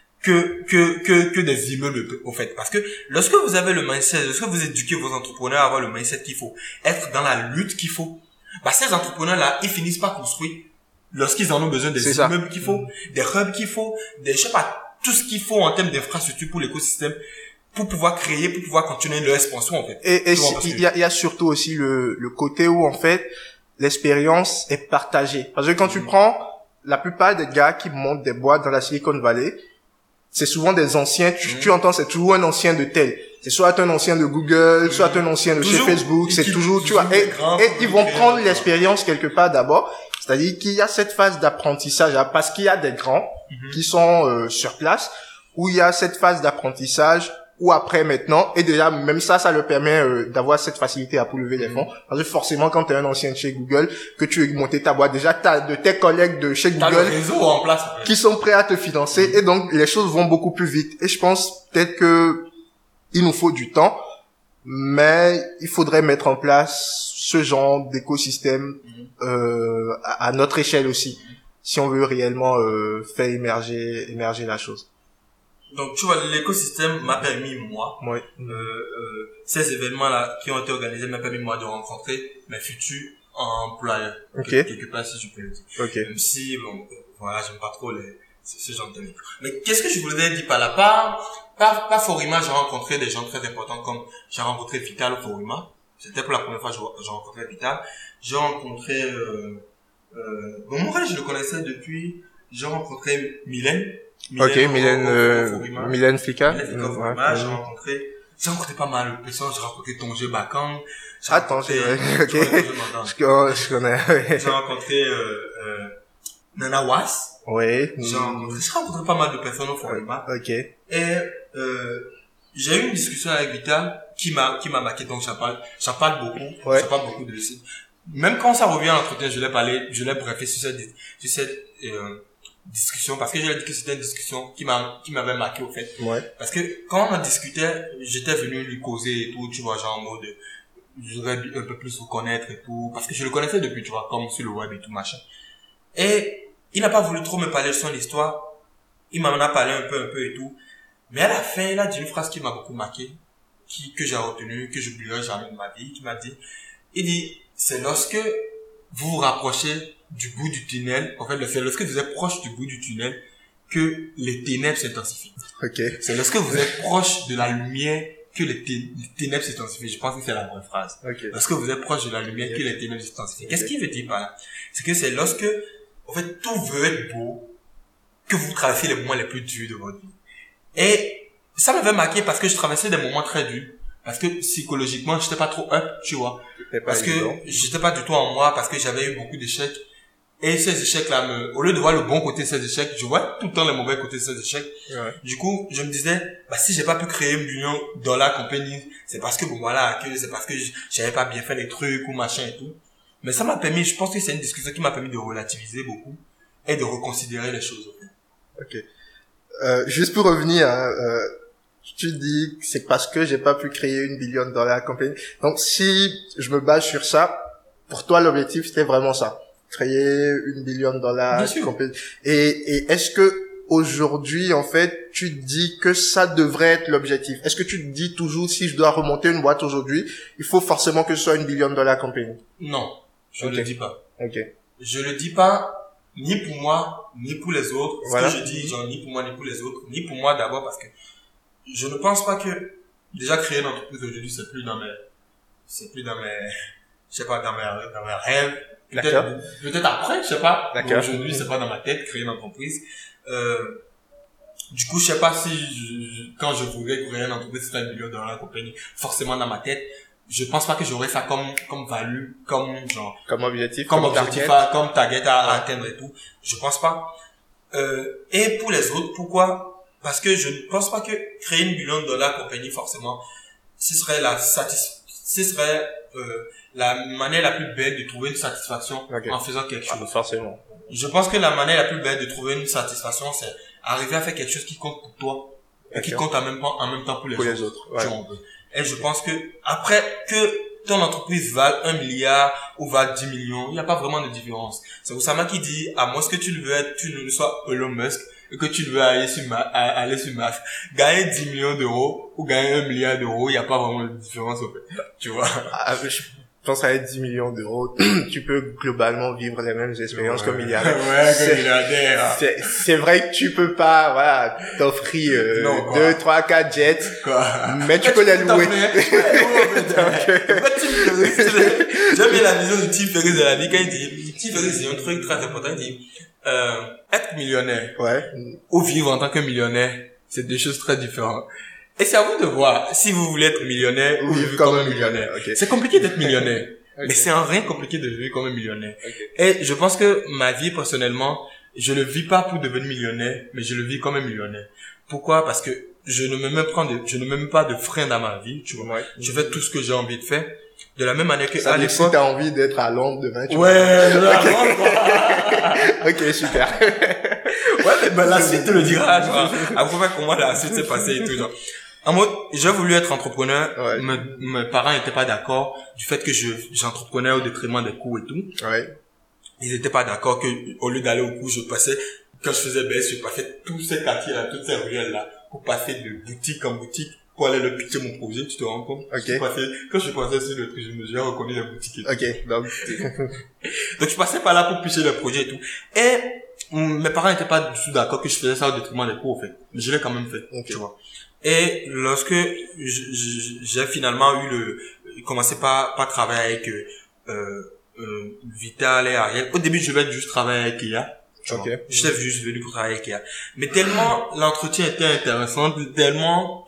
Que des immeubles, au fait. Parce que lorsque vous avez le mindset, lorsque vous éduquez vos entrepreneurs à avoir le mindset qu'il faut, être dans la lutte qu'il faut, bah, ces entrepreneurs-là, ils finissent par construire, lorsqu'ils en ont besoin, des immeubles qu'il faut, des hubs qu'il faut, je sais pas, tout ce qu'il faut en termes d'infrastructure pour l'écosystème, pour pouvoir créer, pour pouvoir continuer leur expansion, en fait. Et il y a surtout aussi le côté où, en fait, l'expérience est partagée. Parce que quand tu prends la plupart des gars qui montent des boîtes dans la Silicon Valley, c'est souvent des anciens, tu entends, c'est toujours un ancien de tel. C'est soit un ancien de Google, soit un ancien de chez Facebook, c'est toujours, tu vois, et ils vont prendre l'expérience quelque part d'abord. C'est-à-dire qu'il y a cette phase d'apprentissage, parce qu'il y a des grands qui sont sur place, où il y a cette phase d'apprentissage, ou après maintenant, et déjà, même ça leur permet d'avoir cette facilité à lever les fonds. Parce que forcément, quand tu es un ancien de chez Google, que tu veux monter ta boîte, déjà, tu as de tes collègues de chez Google le réseau en place, qui sont prêts à te financer, et donc les choses vont beaucoup plus vite. Et je pense peut-être que il nous faut du temps, mais il faudrait mettre en place ce genre d'écosystème à notre échelle aussi, si on veut réellement faire émerger la chose. Donc tu vois, l'écosystème m'a permis moi, ces événements-là qui ont été organisés m'a permis moi de rencontrer mes futurs employeurs, quelque part si je peux le dire. Même si bon, voilà, j'aime pas trop ce genre de micro. Mais qu'est-ce que je voulais dire par là? Pas Forima, j'ai rencontré des gens très importants comme j'ai rencontré Vital au Forima. C'était pour la première fois que j'ai rencontré Vital. J'ai rencontré bon, mon frère, je le connaissais depuis. J'ai rencontré Mylène. Mylène Fika. J'ai rencontré pas mal de personnes. J'ai rencontré Tongé Bakang. Tongé, ok. Je connais. J'ai rencontré Nana Was. Oui. J'ai rencontré pas mal de personnes au Forima. Ok. Et j'ai eu une discussion avec Vital qui m'a marqué. Donc j'en parle beaucoup. Ouais. J'en parle beaucoup de lui. Même quand ça revient à l'entretien, je l'ai briefé sur cette discussion, parce que je l'ai dit que c'était une discussion qui m'avait marqué au fait. Ouais. Parce que quand on en discutait, j'étais venu lui causer et tout, tu vois, genre en mode, je voudrais un peu plus vous connaître et tout, parce que je le connaissais depuis, tu vois, comme sur le web et tout, machin. Et il n'a pas voulu trop me parler de son histoire. Il m'en a parlé un peu et tout. Mais à la fin, il a dit une phrase qui m'a beaucoup marqué, que j'ai retenue, que j'oublierai jamais de ma vie, qui m'a dit, il dit, c'est lorsque vous vous rapprochez du bout du tunnel, en fait, c'est lorsque vous êtes proche du bout du tunnel que les ténèbres s'intensifient. Ok. C'est lorsque vous êtes proche de la lumière que les ténèbres s'intensifient. Je pense que c'est la vraie phrase. Ok. Lorsque vous êtes proche de la lumière que les ténèbres s'intensifient. Qu'est-ce qu'il veut dire par là? C'est que c'est lorsque, en fait, tout veut être beau, que vous traversez les moments les plus durs de votre vie. Et ça m'avait marqué parce que je traversais des moments très durs. Parce que psychologiquement, j'étais pas trop up, tu vois. Parce que j'étais pas du tout en moi, parce que j'avais eu beaucoup d'échecs. Et ces échecs-là, au lieu de voir le bon côté de ces échecs, je vois tout le temps les mauvais côtés de ces échecs. Ouais. Du coup, je me disais, si j'ai pas pu créer $1 million compagnie, c'est parce que bon voilà, c'est parce que j'avais pas bien fait les trucs ou machin et tout. Mais ça m'a permis, je pense que c'est une discussion qui m'a permis de relativiser beaucoup et de reconsidérer les choses. Ok. Juste pour revenir, tu dis que c'est parce que j'ai pas pu créer $1 billion compagnie. Donc si je me base sur ça, pour toi l'objectif c'était vraiment ça, créer $1 billion compagnie. Et est-ce que aujourd'hui en fait tu te dis que ça devrait être l'objectif? Est-ce que tu te dis toujours, si je dois remonter une boîte aujourd'hui, il faut forcément que ce soit $1 billion compagnie? Non, je le dis pas. Ok. Je le dis pas. Ni pour moi, ni pour les autres. Voilà. Ce que je dis, genre, ni pour moi, ni pour les autres. Ni pour moi d'abord parce que je ne pense pas que, déjà créer une entreprise aujourd'hui, c'est plus dans mes, je sais pas, dans mes rêves. Peut-être après, je sais pas. D'accord. Aujourd'hui, c'est pas dans ma tête, créer une entreprise. Du coup, je sais pas si quand je voudrais créer une entreprise, c'est $1 billion compagnie, forcément dans ma tête. Je pense pas que j'aurais ça comme value, comme objectif, comme target à atteindre et tout. Je pense pas. Et pour les autres, pourquoi? Parce que je ne pense pas que créer $1 billion compagnie, forcément, ce serait la manière la plus belle de trouver une satisfaction en faisant quelque chose. Forcément. Je pense que la manière la plus belle de trouver une satisfaction, c'est arriver à faire quelque chose qui compte pour toi et qui compte en même temps pour les autres. Ouais. Et je pense que après que ton entreprise vale 1 milliard ou vale 10 millions, il n'y a pas vraiment de différence. C'est Oussama qui dit, à moins que tu ne sois Elon Musk et que tu veux aller sur Mars, gagner 10 millions d'euros ou gagner 1 milliard d'euros, il n'y a pas vraiment de différence, en fait. Tu vois? Je pense qu'avec 10 millions d'euros, tu peux globalement vivre les mêmes expériences comme milliardaire. Comme milliardaire. C'est vrai que tu peux pas, voilà, t'offrir 2, 3, 4 jets, mais tu peux les louer. J'aime bien la vision de Tim Ferriss de la vie quand il dit, Tim Ferriss, c'est un truc très important, il dit, être millionnaire. Ou vivre en tant que millionnaire, c'est deux choses très différentes. Et c'est à vous de voir si vous voulez être millionnaire ou vivre comme un millionnaire. C'est compliqué d'être millionnaire. Mais c'est en rien compliqué de vivre comme un millionnaire. Et je pense que ma vie, personnellement, je ne vis pas pour devenir millionnaire, mais je le vis comme un millionnaire. Pourquoi? Parce que je ne me mets pas de frein dans ma vie, tu vois. Je fais tout ce que j'ai envie de faire. De la même manière que à l'époque. Si t'as envie d'être à Londres demain, tu vois. De la Londres, quoi. Ok, super. Ouais, mais la suite te le dira, genre. Après comment la suite s'est passée et tout, genre. En mode, j'ai voulu être entrepreneur. Ouais. Mes parents n'étaient pas d'accord du fait que j'entreprenais au détriment des cours et tout. Ouais. Ils n'étaient pas d'accord que, au lieu d'aller au cours, quand je faisais BS, je passais tous ces quartiers-là, toutes ces ruelles-là, pour passer de boutique en boutique, pour aller leur pitcher mon projet, tu te rends compte? Ok. Quand je passais sur le truc, j'ai reconnu la boutique et tout. Ok, donc. Donc je passais par là pour pitcher le projet et tout. Et mes parents n'étaient pas du tout d'accord que je faisais ça au détriment des cours, en fait. Mais je l'ai quand même fait, tu vois. Et lorsque j'ai finalement commencé par travailler avec Vital et Ariel. Au début, je vais juste travailler avec Kia. Okay. J'étais juste venu pour travailler avec Kia. Mais tellement l'entretien était intéressant, tellement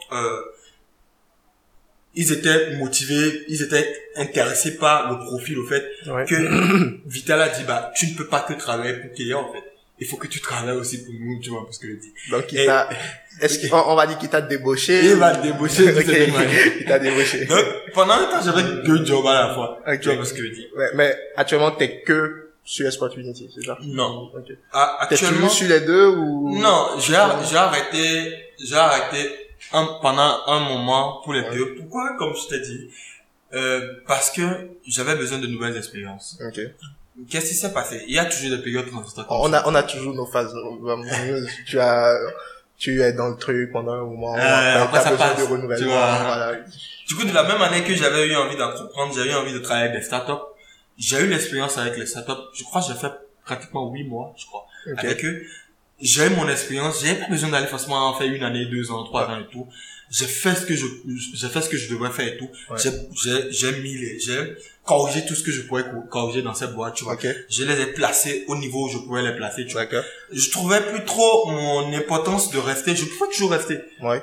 ils étaient motivés, ils étaient intéressés par le profil, au fait, que Vital a dit, bah, tu ne peux pas que travailler pour Kia, en fait. Il faut que tu travailles aussi pour nous, tu vois, parce que je dis. Donc, on va dire qu'il t'a débauché? Il m'a débauché, il t'a débauché. Donc, pendant un temps, j'avais 2 jobs à la fois. Tu vois ce que je dis. Ouais, mais actuellement, t'es que sur Esport-Unity, c'est ça? Non. Okay. Actuellement. T'es toujours sur les deux ou? Non, j'ai arrêté pendant un moment pour les deux. Pourquoi, comme je t'ai dit? Parce que j'avais besoin de nouvelles expériences. Okay. Qu'est-ce qui s'est passé? Il y a toujours des périodes transitoires. On a toujours nos phases. Tu es dans le truc pendant un moment. Après ça passe. De renouvellement. Voilà. Du coup, de la même année que j'avais eu envie d'entreprendre, j'avais eu envie de travailler avec des startups. J'ai eu l'expérience avec les startups. Je crois que j'ai fait pratiquement 8 mois, je crois. Okay. Avec eux. J'ai eu mon expérience. J'avais pas besoin d'aller forcément en faire 1 année, 2 ans, 3 ans et tout. J'ai fait ce que je devrais faire et tout. Ouais. J'ai corrigé tout ce que je pouvais corriger dans cette boîte, tu vois. Okay. Je les ai placés au niveau où je pouvais les placer, tu vois. Je trouvais plus trop mon importance de rester. Je pouvais toujours rester. Ouais.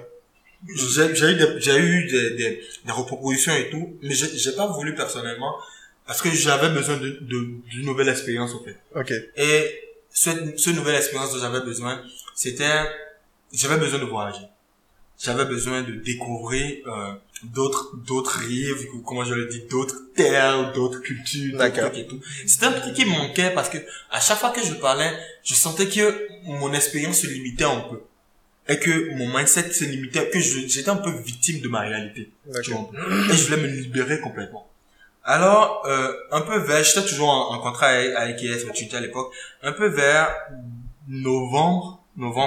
J'ai eu des repropositions et tout, mais j'ai pas voulu personnellement parce que j'avais besoin d'une nouvelle expérience, en fait. Ok. Et cette nouvelle expérience dont j'avais besoin, j'avais besoin de voyager. J'avais besoin de découvrir d'autres rives, comment je le dis, d'autres terres, d'autres cultures, d'autres trucs et tout. C'était un truc qui me manquait parce que à chaque fois que je parlais, je sentais que mon expérience se limitait un peu et que mon mindset se limitait, que j'étais un peu victime de ma réalité. Tu vois, et je voulais me libérer complètement. Alors un peu j'étais toujours en contrat avec ES à l'époque, un peu vers novembre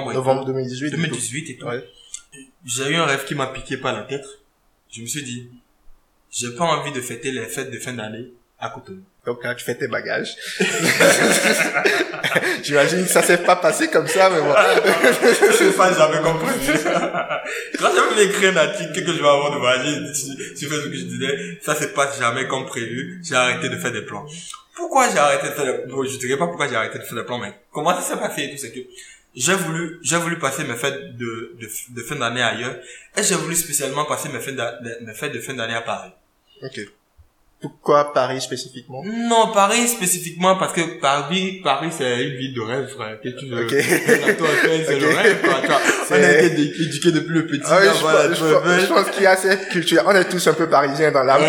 2018 et tout. Ouais. J'ai eu un rêve qui m'a piqué par la tête. Je me suis dit, j'ai pas envie de fêter les fêtes de fin d'année à Cotonou. Donc là, tu fais tes bagages. J'imagine que ça s'est pas passé comme ça, mais bon. Je sais pas, j'avais compris. Quand j'ai voulu écrire un article que je vais avoir de voyager, tu fais ce que je disais, ça se passe jamais comme prévu. J'ai arrêté de faire des plans. Pourquoi j'ai arrêté de faire des plans? Je dirais pas pourquoi j'ai arrêté de faire des plans, mais comment ça s'est passé et tout, c'est que j'ai voulu passer mes fêtes de fin d'année ailleurs, et j'ai voulu spécialement passer mes fêtes de fin d'année à Paris. Ok. Pourquoi Paris spécifiquement? Non, Paris spécifiquement parce que Paris c'est une ville de rêve, frère. Que tu veux. Okay. C'est le rêve, quoi. On a été éduqués depuis le petit. Ah oui, je pense qu'il y a cette culture. On est tous un peu parisiens dans l'âme.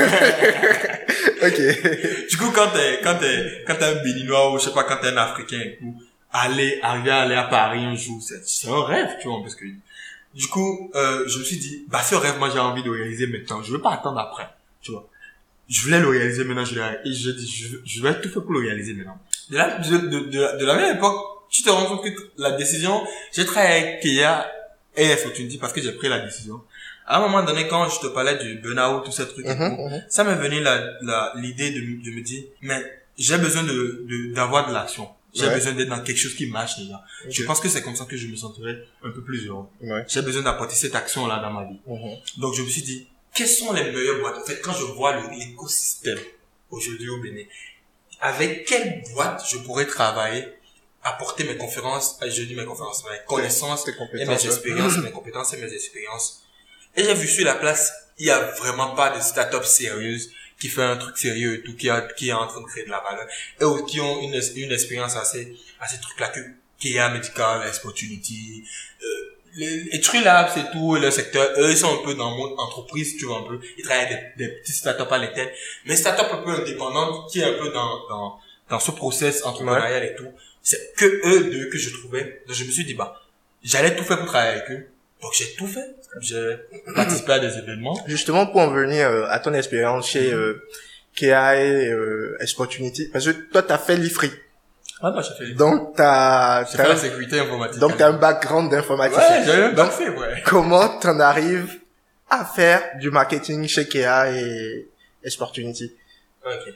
Ok. Du coup, quand t'es un Béninois ou je sais pas, quand t'es un Africain et tout, arriver à aller à Paris un jour, c'est un rêve, tu vois, parce que, du coup, je me suis dit, bah, ce rêve, moi, j'ai envie de le réaliser maintenant. Je veux pas attendre après, tu vois. Je voulais le réaliser maintenant, et je dis, je vais tout faire pour le réaliser maintenant. De la même époque, tu te rends compte que la décision, j'ai travaillé avec Kia et F-Opportunity parce que j'ai pris la décision. À un moment donné, quand je te parlais du burn-out, tous ces trucs et tout, ça m'est venu l'idée de me dire, mais j'ai besoin d'avoir de l'action. J'ai besoin d'être dans quelque chose qui marche déjà. Okay. Je pense que c'est comme ça que je me sentirais un peu plus heureux. J'ai besoin d'apporter cette action-là dans ma vie. Donc, je me suis dit, quelles sont les meilleures boîtes? En fait, quand je vois l'écosystème aujourd'hui au Bénin, avec quelle boîte je pourrais travailler, apporter mes conférences, je dis mes conférences, mes connaissances et mes expériences, mes compétences et mes expériences. Et j'ai vu sur la place, il y a vraiment pas de start-up sérieuse qui fait un truc sérieux et tout, qui est en train de créer de la valeur, et qui ont une expérience assez trucs-là qui est Medical, Opportunity, les trucs là, c'est tout, le secteur, eux, ils sont un peu dans le monde entreprise, tu vois, un peu, ils travaillent avec des petits startups à l'interne, mais startups un peu indépendantes, qui est un peu dans ce process entrepreneurial et tout, c'est que eux deux que je trouvais, donc je me suis dit, bah, j'allais tout faire pour travailler avec eux, Donc j'ai tout fait. J'ai participé à des événements. Justement, pour en venir à ton expérience chez KA et Sportunity, parce que toi, t'as fait l'IFRI. Ah bah j'ai fait. Donc j'ai fait la sécurité informatique. Donc t'as un background d'informatique. Ouais, j'ai un bac fait, ouais. Comment t'en arrives à faire du marketing chez KA et Sportunity? Ok.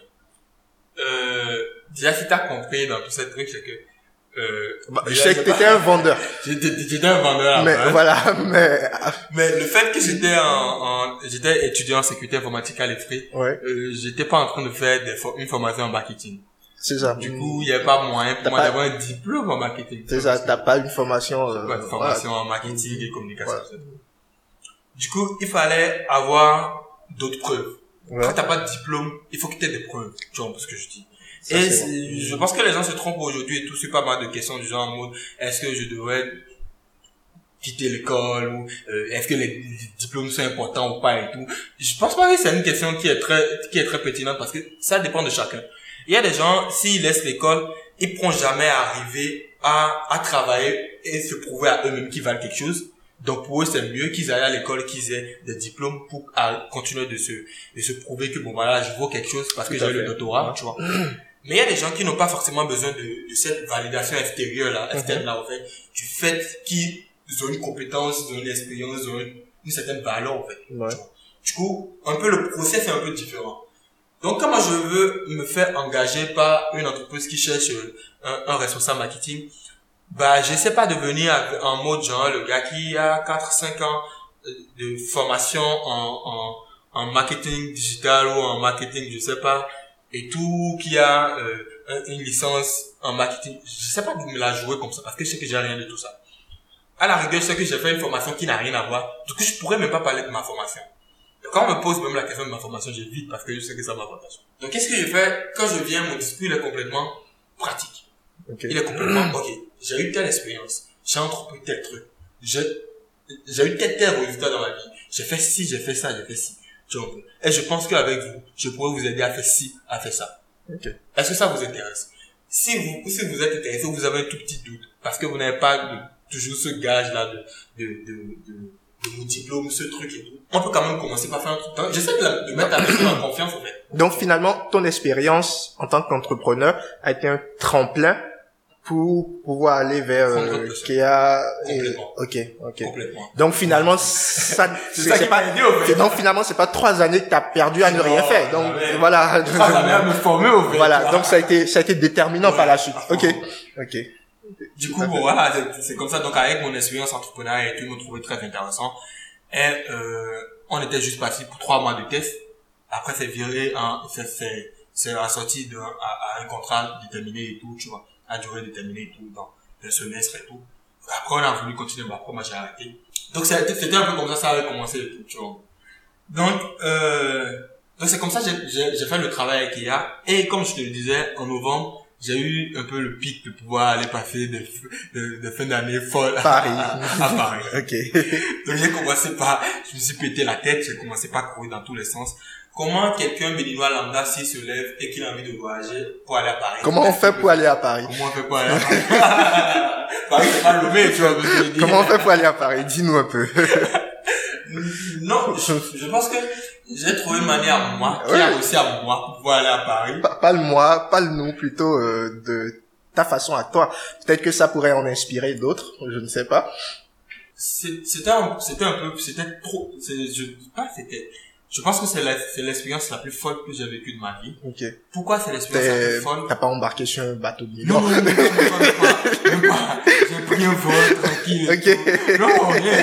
Déjà si t'as compris dans tout ce truc, c'est que je sais que t'étais un vendeur. J'étais un vendeur. Mais voilà, mais le fait que j'étais étudiant en sécurité informatique à l'EFRI, ouais. J'étais pas en train de faire une formation en marketing. C'est ça. Du coup, il y avait pas moyen pour moi d'avoir un diplôme en marketing. C'est ça, t'as pas une formation en marketing et communication. Voilà. Du coup, il fallait avoir d'autres preuves. Ouais. Quand t'as pas de diplôme, il faut que t'aies des preuves. Tu vois ce que je dis. Ça, et je pense que les gens se trompent aujourd'hui et tout sur pas mal de questions du genre en mode est-ce que je devrais quitter l'école ou est-ce que les diplômes sont importants ou pas et tout. Je pense pas que c'est une question qui est très pertinente parce que ça dépend de chacun. Il y a des gens, s'ils laissent l'école, ils pourront jamais arriver à travailler et se prouver à eux-mêmes qu'ils valent quelque chose. Donc pour eux, c'est mieux qu'ils aillent à l'école, qu'ils aient des diplômes pour continuer de se prouver que bon voilà, je vaux quelque chose parce que j'ai le doctorat, tu vois. Mais il y a des gens qui n'ont pas forcément besoin de cette validation extérieure là, externe là, en fait, du fait qu'ils ont une compétence, ils ont une expérience, ils ont une certaine valeur, en fait. Ouais. Du coup, un peu le process est un peu différent. Donc, quand moi je veux me faire engager par une entreprise qui cherche un responsable marketing, bah, j'essaie pas de venir en mode genre le gars qui a 4-5 ans de formation en marketing digital ou en marketing, je sais pas, et tout, qui a une licence en marketing. Je sais pas de me la jouer comme ça parce que je sais que j'ai rien de tout ça. À la rigueur, je sais que j'ai fait une formation qui n'a rien à voir. Du coup, je pourrais même pas parler de ma formation. Donc, quand on me pose même la question de ma formation, j'évite parce que je sais que ça m'avantage. Donc, qu'est-ce que je fais quand je viens? Mon discours, il est complètement pratique. Okay. Il est complètement, ok, j'ai eu telle expérience, j'ai entrepris tel truc, j'ai eu tel résultat dans ma vie, j'ai fait ci, j'ai fait ça, j'ai fait ci. Et je pense qu'avec vous, je pourrais vous aider à faire ci, à faire ça. Okay. Est-ce que ça vous intéresse? Si vous êtes intéressé, vous avez un tout petit doute, parce que vous n'avez pas toujours ce gage-là de mon diplôme, ce truc et tout. On peut quand même commencer par faire un truc. J'essaie de mettre la personne en confiance, en fait. Donc, finalement, ton expérience en tant qu'entrepreneur a été un tremplin pour pouvoir aller vers KA complètement. Ok. Complètement. Donc finalement c'est pas aidé, au fait. Donc finalement c'est pas 3 années que t'as perdu à ne rien faire. Donc voilà. 3 années à me former, au fait. Voilà. Donc ça a été déterminant par la suite. Ok. Du coup bon voilà, c'est comme ça. Donc avec mon expérience entrepreneuriale et tout, je me trouvais très intéressant. Et on était juste parti pour 3 mois de test. Après c'est viré c'est assorti à un contrat déterminé et tout, tu vois. À durée déterminée et tout, dans un semestre et tout. Après, on a voulu continuer, mais après, moi, j'ai arrêté. Donc, c'était un peu comme ça avait commencé et tout, tu vois. Donc c'est comme ça que j'ai fait le travail avec IA. Et comme je te le disais, en novembre, j'ai eu un peu le pic de pouvoir aller passer de fin d'année folle à Paris. Ok. Donc, je me suis pété la tête, j'ai commencé par courir dans tous les sens. Comment quelqu'un béninois lambda s'il se lève et qu'il a envie de voyager pour aller à Paris? Comment on fait pour aller à Paris? Paris, c'est pas Lomé, tu vois. Comment on fait pour aller à Paris? Dis-nous un peu. Non, je pense que j'ai trouvé une manière à moi, qui a réussi à moi pour pouvoir aller à Paris. Parle-nous plutôt de ta façon à toi. Peut-être que ça pourrait en inspirer d'autres, je ne sais pas. Je pense que c'est l'expérience la plus folle que j'ai vécue de ma vie. Okay. Pourquoi c'est l'expérience la plus folle? T'as pas embarqué sur un bateau de Non, même pas. J'ai pris un vol tranquille. Okay. Non,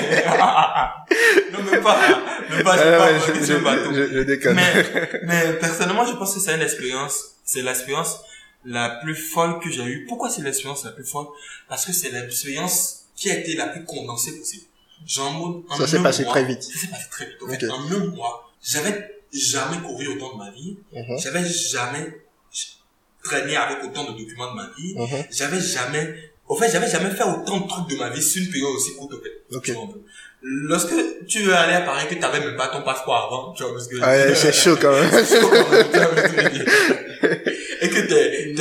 même pas, j'ai pas embarqué sur un bateau. Je déconne. Mais personnellement, je pense que c'est l'expérience la plus folle que j'ai eue. Pourquoi c'est l'expérience la plus folle? Parce que c'est l'expérience qui a été la plus condensée possible. Ça s'est passé très vite. Ça s'est passé très vite. En fait, en un mois, j'avais jamais couru autant de ma vie. J'avais jamais traîné avec autant de documents de ma vie. J'avais jamais fait autant de trucs de ma vie sur une période aussi courte. Okay. Lorsque tu veux aller à Paris, que t'avais même pas ton passeport avant, tu vois, parce que... c'est chaud quand même. Et que t'es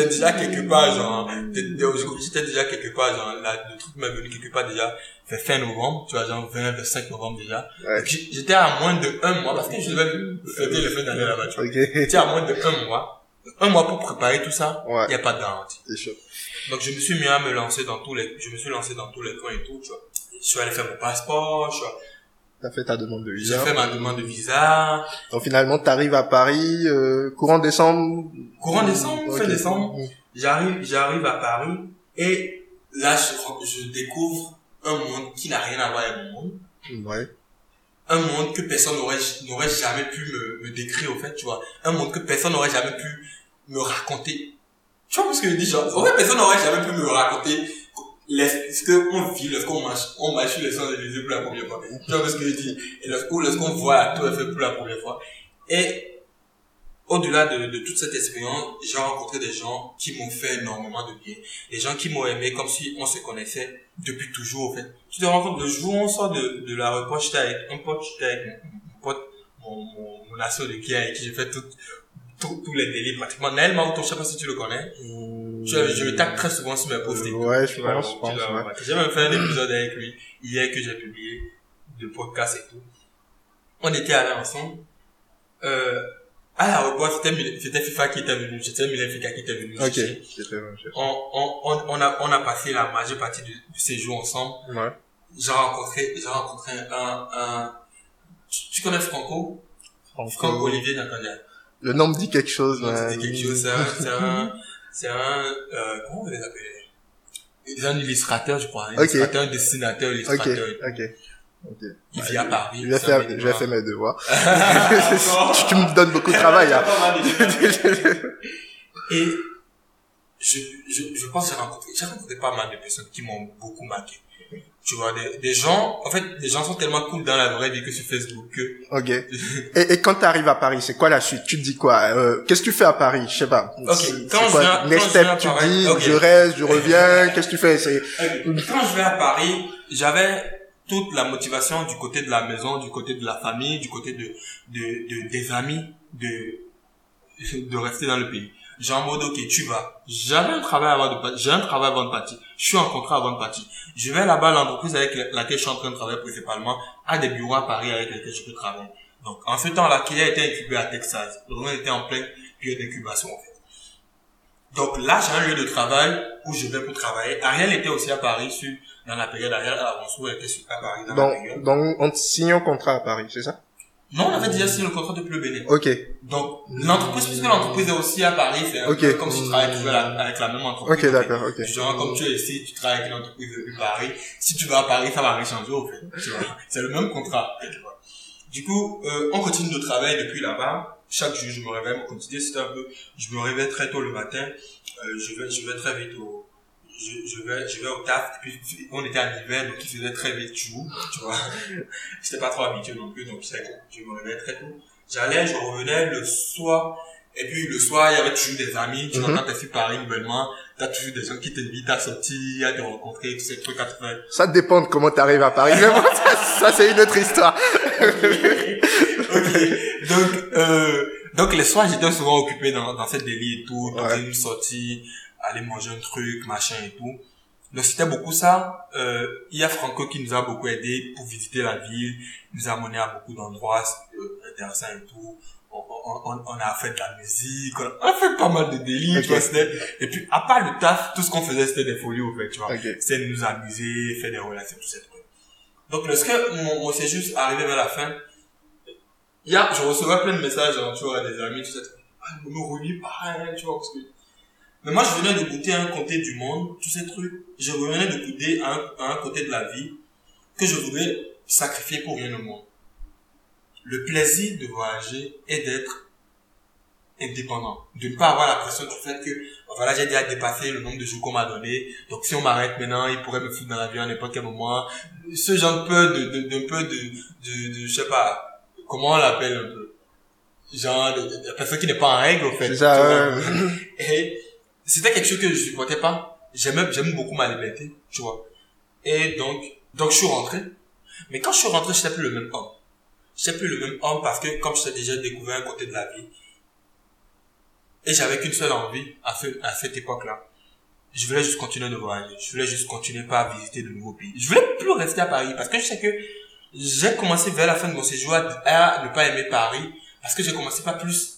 j'étais déjà quelque part, genre, j'étais déjà quelque part, genre, là, le truc m'est venu quelque part déjà, fin novembre, tu vois, genre, 25 novembre déjà. Ouais. Donc, j'étais à moins de 1 mois, parce que je devais fêter le fin d'année là-bas, tu vois. J'étais à moins de 1 mois. 1 mois pour préparer tout ça, il n'y a pas de garantie. C'est chaud. Donc, je me suis mis à me lancer dans tous les coins et tout, tu vois. Je suis allé faire mon passeport, T'as fait ta demande de visa. J'ai fait ma demande de visa. Donc finalement, t'arrives à Paris, courant décembre. Fin décembre. J'arrive à Paris et là, je découvre un monde qui n'a rien à voir avec mon monde. Ouais. Un monde que personne n'aurait jamais pu me décrire, au fait, tu vois. Un monde que personne n'aurait jamais pu me raconter. Tu vois ce que je dis, genre, en fait, personne n'aurait jamais pu me raconter ce qu'on vit lorsqu'on marche sur les Champs-Élysées pour la première fois. Tu vois ce que je dis? Et lorsqu'on voit la Tour Eiffel pour la première fois. Et, au-delà de toute cette expérience, j'ai rencontré des gens qui m'ont fait énormément de bien. Des gens qui m'ont aimé comme si on se connaissait depuis toujours, en fait. Tu te rends compte, le jour où on sort de l'aéroport, j'étais avec un pote, mon pote, mon asso de qui avec qui j'ai fait tous les délits pratiquement. Naël Maouto, je sais pas si tu le connais. Je le tag très souvent sur mes posts. Ouais, je pense. J'ai même fait un épisode avec lui, hier, que j'ai publié, de podcast et tout. On était allés ensemble. À l'aéroport, c'était FIFA qui était venu, c'était Milen Fika qui était venu. Ok. On a passé la majeure partie de ces jours ensemble. Ouais. J'ai rencontré tu connais Franco Olivier Nakandia. Le nom me dit quelque chose. C'est un, comment on les appelle? C'est un illustrateur, je crois. Illustrateur, un dessinateur, illustrateur. Ok. Il vit à Paris. Je vais faire mes devoirs. Tu me donnes beaucoup de travail, hein. Et, je pense que j'ai rencontré pas mal de personnes qui m'ont beaucoup marqué. Tu vois, des gens, en fait, les gens sont tellement cool dans la vraie vie que sur Facebook que... Ok. Et quand t'arrives à Paris, c'est quoi la suite? Tu te dis quoi? Qu'est-ce que tu fais à Paris? Je sais pas. Ok. Je reste, je reviens, qu'est-ce que tu fais? Quand je vais à Paris, j'avais toute la motivation du côté de la maison, du côté de la famille, du côté des amis, de rester dans le pays. J'ai en mode, ok, tu vas. J'ai un travail avant de partir. Je suis en contrat avant de partir. Je vais là-bas, l'entreprise avec laquelle je suis en train de travailler principalement, a des bureaux à Paris avec lesquels je peux travailler. Donc, en ce temps-là, qu'il a été incubé à Texas. Donc, on était en pleine période d'incubation, en fait. Donc là, j'ai un lieu de travail où je vais pour travailler. Ariel était aussi à Paris dans la période. Ariel Avançou était à Paris dans la période. Donc, on signe un contrat à Paris, c'est ça? Non, on avait déjà signé le contrat depuis le Bénin. Ok. Donc, puisque l'entreprise est aussi à Paris, c'est un peu comme si tu travaillais toujours avec la même entreprise. Ok, d'accord, ok. Genre, comme tu es ici, tu travailles avec une entreprise depuis Paris. Si tu vas à Paris, ça va rien changer, au fait. Tu vois. C'est le même contrat. Du coup, on continue de travailler depuis là-bas. Chaque jour, je me réveille. Mon quotidien, c'était un peu, je me réveille très tôt le matin. Je vais très vite je vais au taf, puis on était en hiver, donc il faisait très vite jour, tu vois. J'étais pas trop habitué non plus, donc je me réveillais très tôt. Je revenais le soir, et puis le soir, il y avait toujours des amis, tu vois, quand t'es sur Paris nouvellement, t'as toujours des gens qui t'invitent à sortir, à te rencontrer, tous ces trucs à te faire. Ça dépend de comment t'arrives à Paris, mais bon, ça c'est une autre histoire. Ok. Donc les soirs, j'étais souvent occupé dans cette délire et tout, dans une sortie, aller manger un truc, machin et tout. Donc c'était beaucoup ça. Il y a Franco qui nous a beaucoup aidé pour visiter la ville, il nous a amené à beaucoup d'endroits intéressants et tout. On a fait de la musique, on a fait pas mal de délires, tu vois, et puis à part le taf, tout ce qu'on faisait c'était des folies au fait, tu vois. C'était de nous amuser, faire des relations, tout ça. Donc lorsque mon séjour arrivait vers la fin, je recevais plein de messages, tu vois, des amis, tout ça. Ah, ne me relis pas, tu vois, parce que... Mais moi, je venais de goûter à un côté du monde, tous ces trucs. Je venais de goûter à un côté de la vie que je voulais sacrifier pour rien au monde. Le plaisir de voyager et d'être indépendant. De ne pas avoir la pression du fait que, voilà, j'ai déjà dépassé le nombre de jours qu'on m'a donné. Donc, si on m'arrête maintenant, il pourrait me foutre dans l'avion à n'importe quel moment. Ce genre de, je sais pas, comment on l'appelle un peu? Genre, la personne qui n'est pas en règle, au fait. C'est ça, Et c'était quelque chose que je supportais pas. J'aime beaucoup ma liberté, tu vois. Et donc je suis rentré. Mais quand je suis rentré, j'étais plus le même homme. J'étais plus le même homme parce que, comme je t'ai déjà découvert un côté de la vie, Et j'avais qu'une seule envie à cette époque-là. Je voulais juste continuer de voyager. Je voulais juste continuer par visiter de nouveaux pays. Je voulais plus rester à Paris parce que je sais que j'ai commencé vers la fin de mon séjour à ne pas aimer Paris parce que j'ai commencé pas plus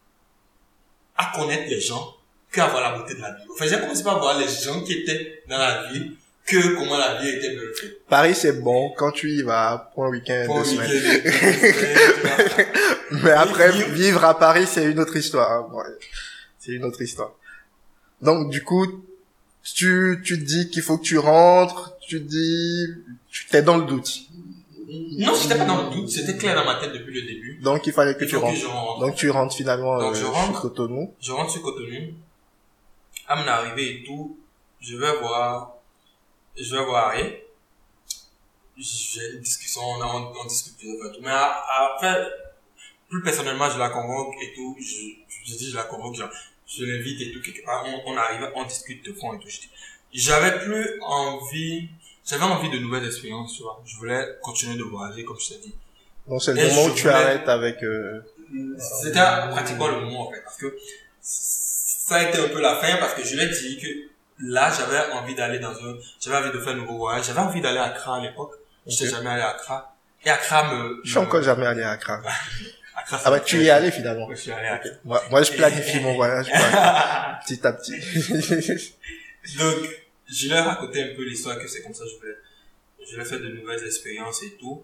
à connaître les gens qu'à voir la beauté de la ville. Enfin, j'ai commencé par voir les gens qui étaient dans la ville que comment la vie était bien faite. Paris, c'est bon quand tu y vas pour un week-end, 2 semaines. Mais après, vivre à Paris, c'est une autre histoire. Hein. Ouais. C'est une autre histoire. Donc, du coup, tu te dis qu'il faut que tu rentres, tu t'es dans le doute. Non, j'étais pas dans le doute, c'était clair dans ma tête depuis le début. Donc, il fallait que tu rentres. Donc, tu rentres finalement sur Cotonou. Je rentre sur Cotonou. À mon arrivée et tout, je vais voir Harry. J'ai une discussion, on discute plusieurs fois. Mais après, plus personnellement, je la convoque et tout. Je la convoque, je l'invite et tout, quelque part. On arrive, on discute de fond et tout. J'avais envie de nouvelles expériences, tu vois. Je voulais continuer de voyager, comme je t'ai dit. Donc, c'est le moment où tu arrêtes avec, C'était pratiquement le moment, en fait, parce que ça a été un peu la fin, parce que je l'ai dit que là, j'avais envie de faire un nouveau voyage. J'avais envie d'aller à Accra à l'époque. Je n'étais jamais allé à Accra. Et Accra Je suis encore jamais allé à Accra. Accra, ah bah, tu y es allé finalement. Je suis allé à Accra. Moi, je planifie mon voyage, petit à petit. Donc, je leur ai raconté un peu l'histoire que c'est comme ça, je voulais faire de nouvelles expériences et tout.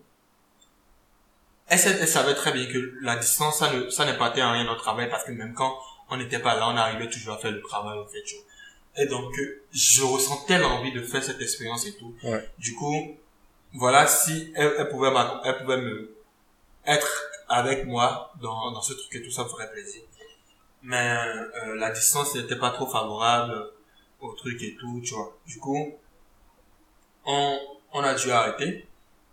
Elle savait très bien que la distance, ça n'importait en rien notre travail, parce que même quand on n'était pas là, on arrivait toujours à faire le travail, en fait, tu vois. Et donc, je ressentais l'envie de faire cette expérience et tout. Ouais. Du coup, voilà, si elle pouvait me être avec moi dans ce truc et tout, ça me ferait plaisir. Mais la distance n'était pas trop favorable au truc et tout, tu vois. Du coup, on a dû arrêter.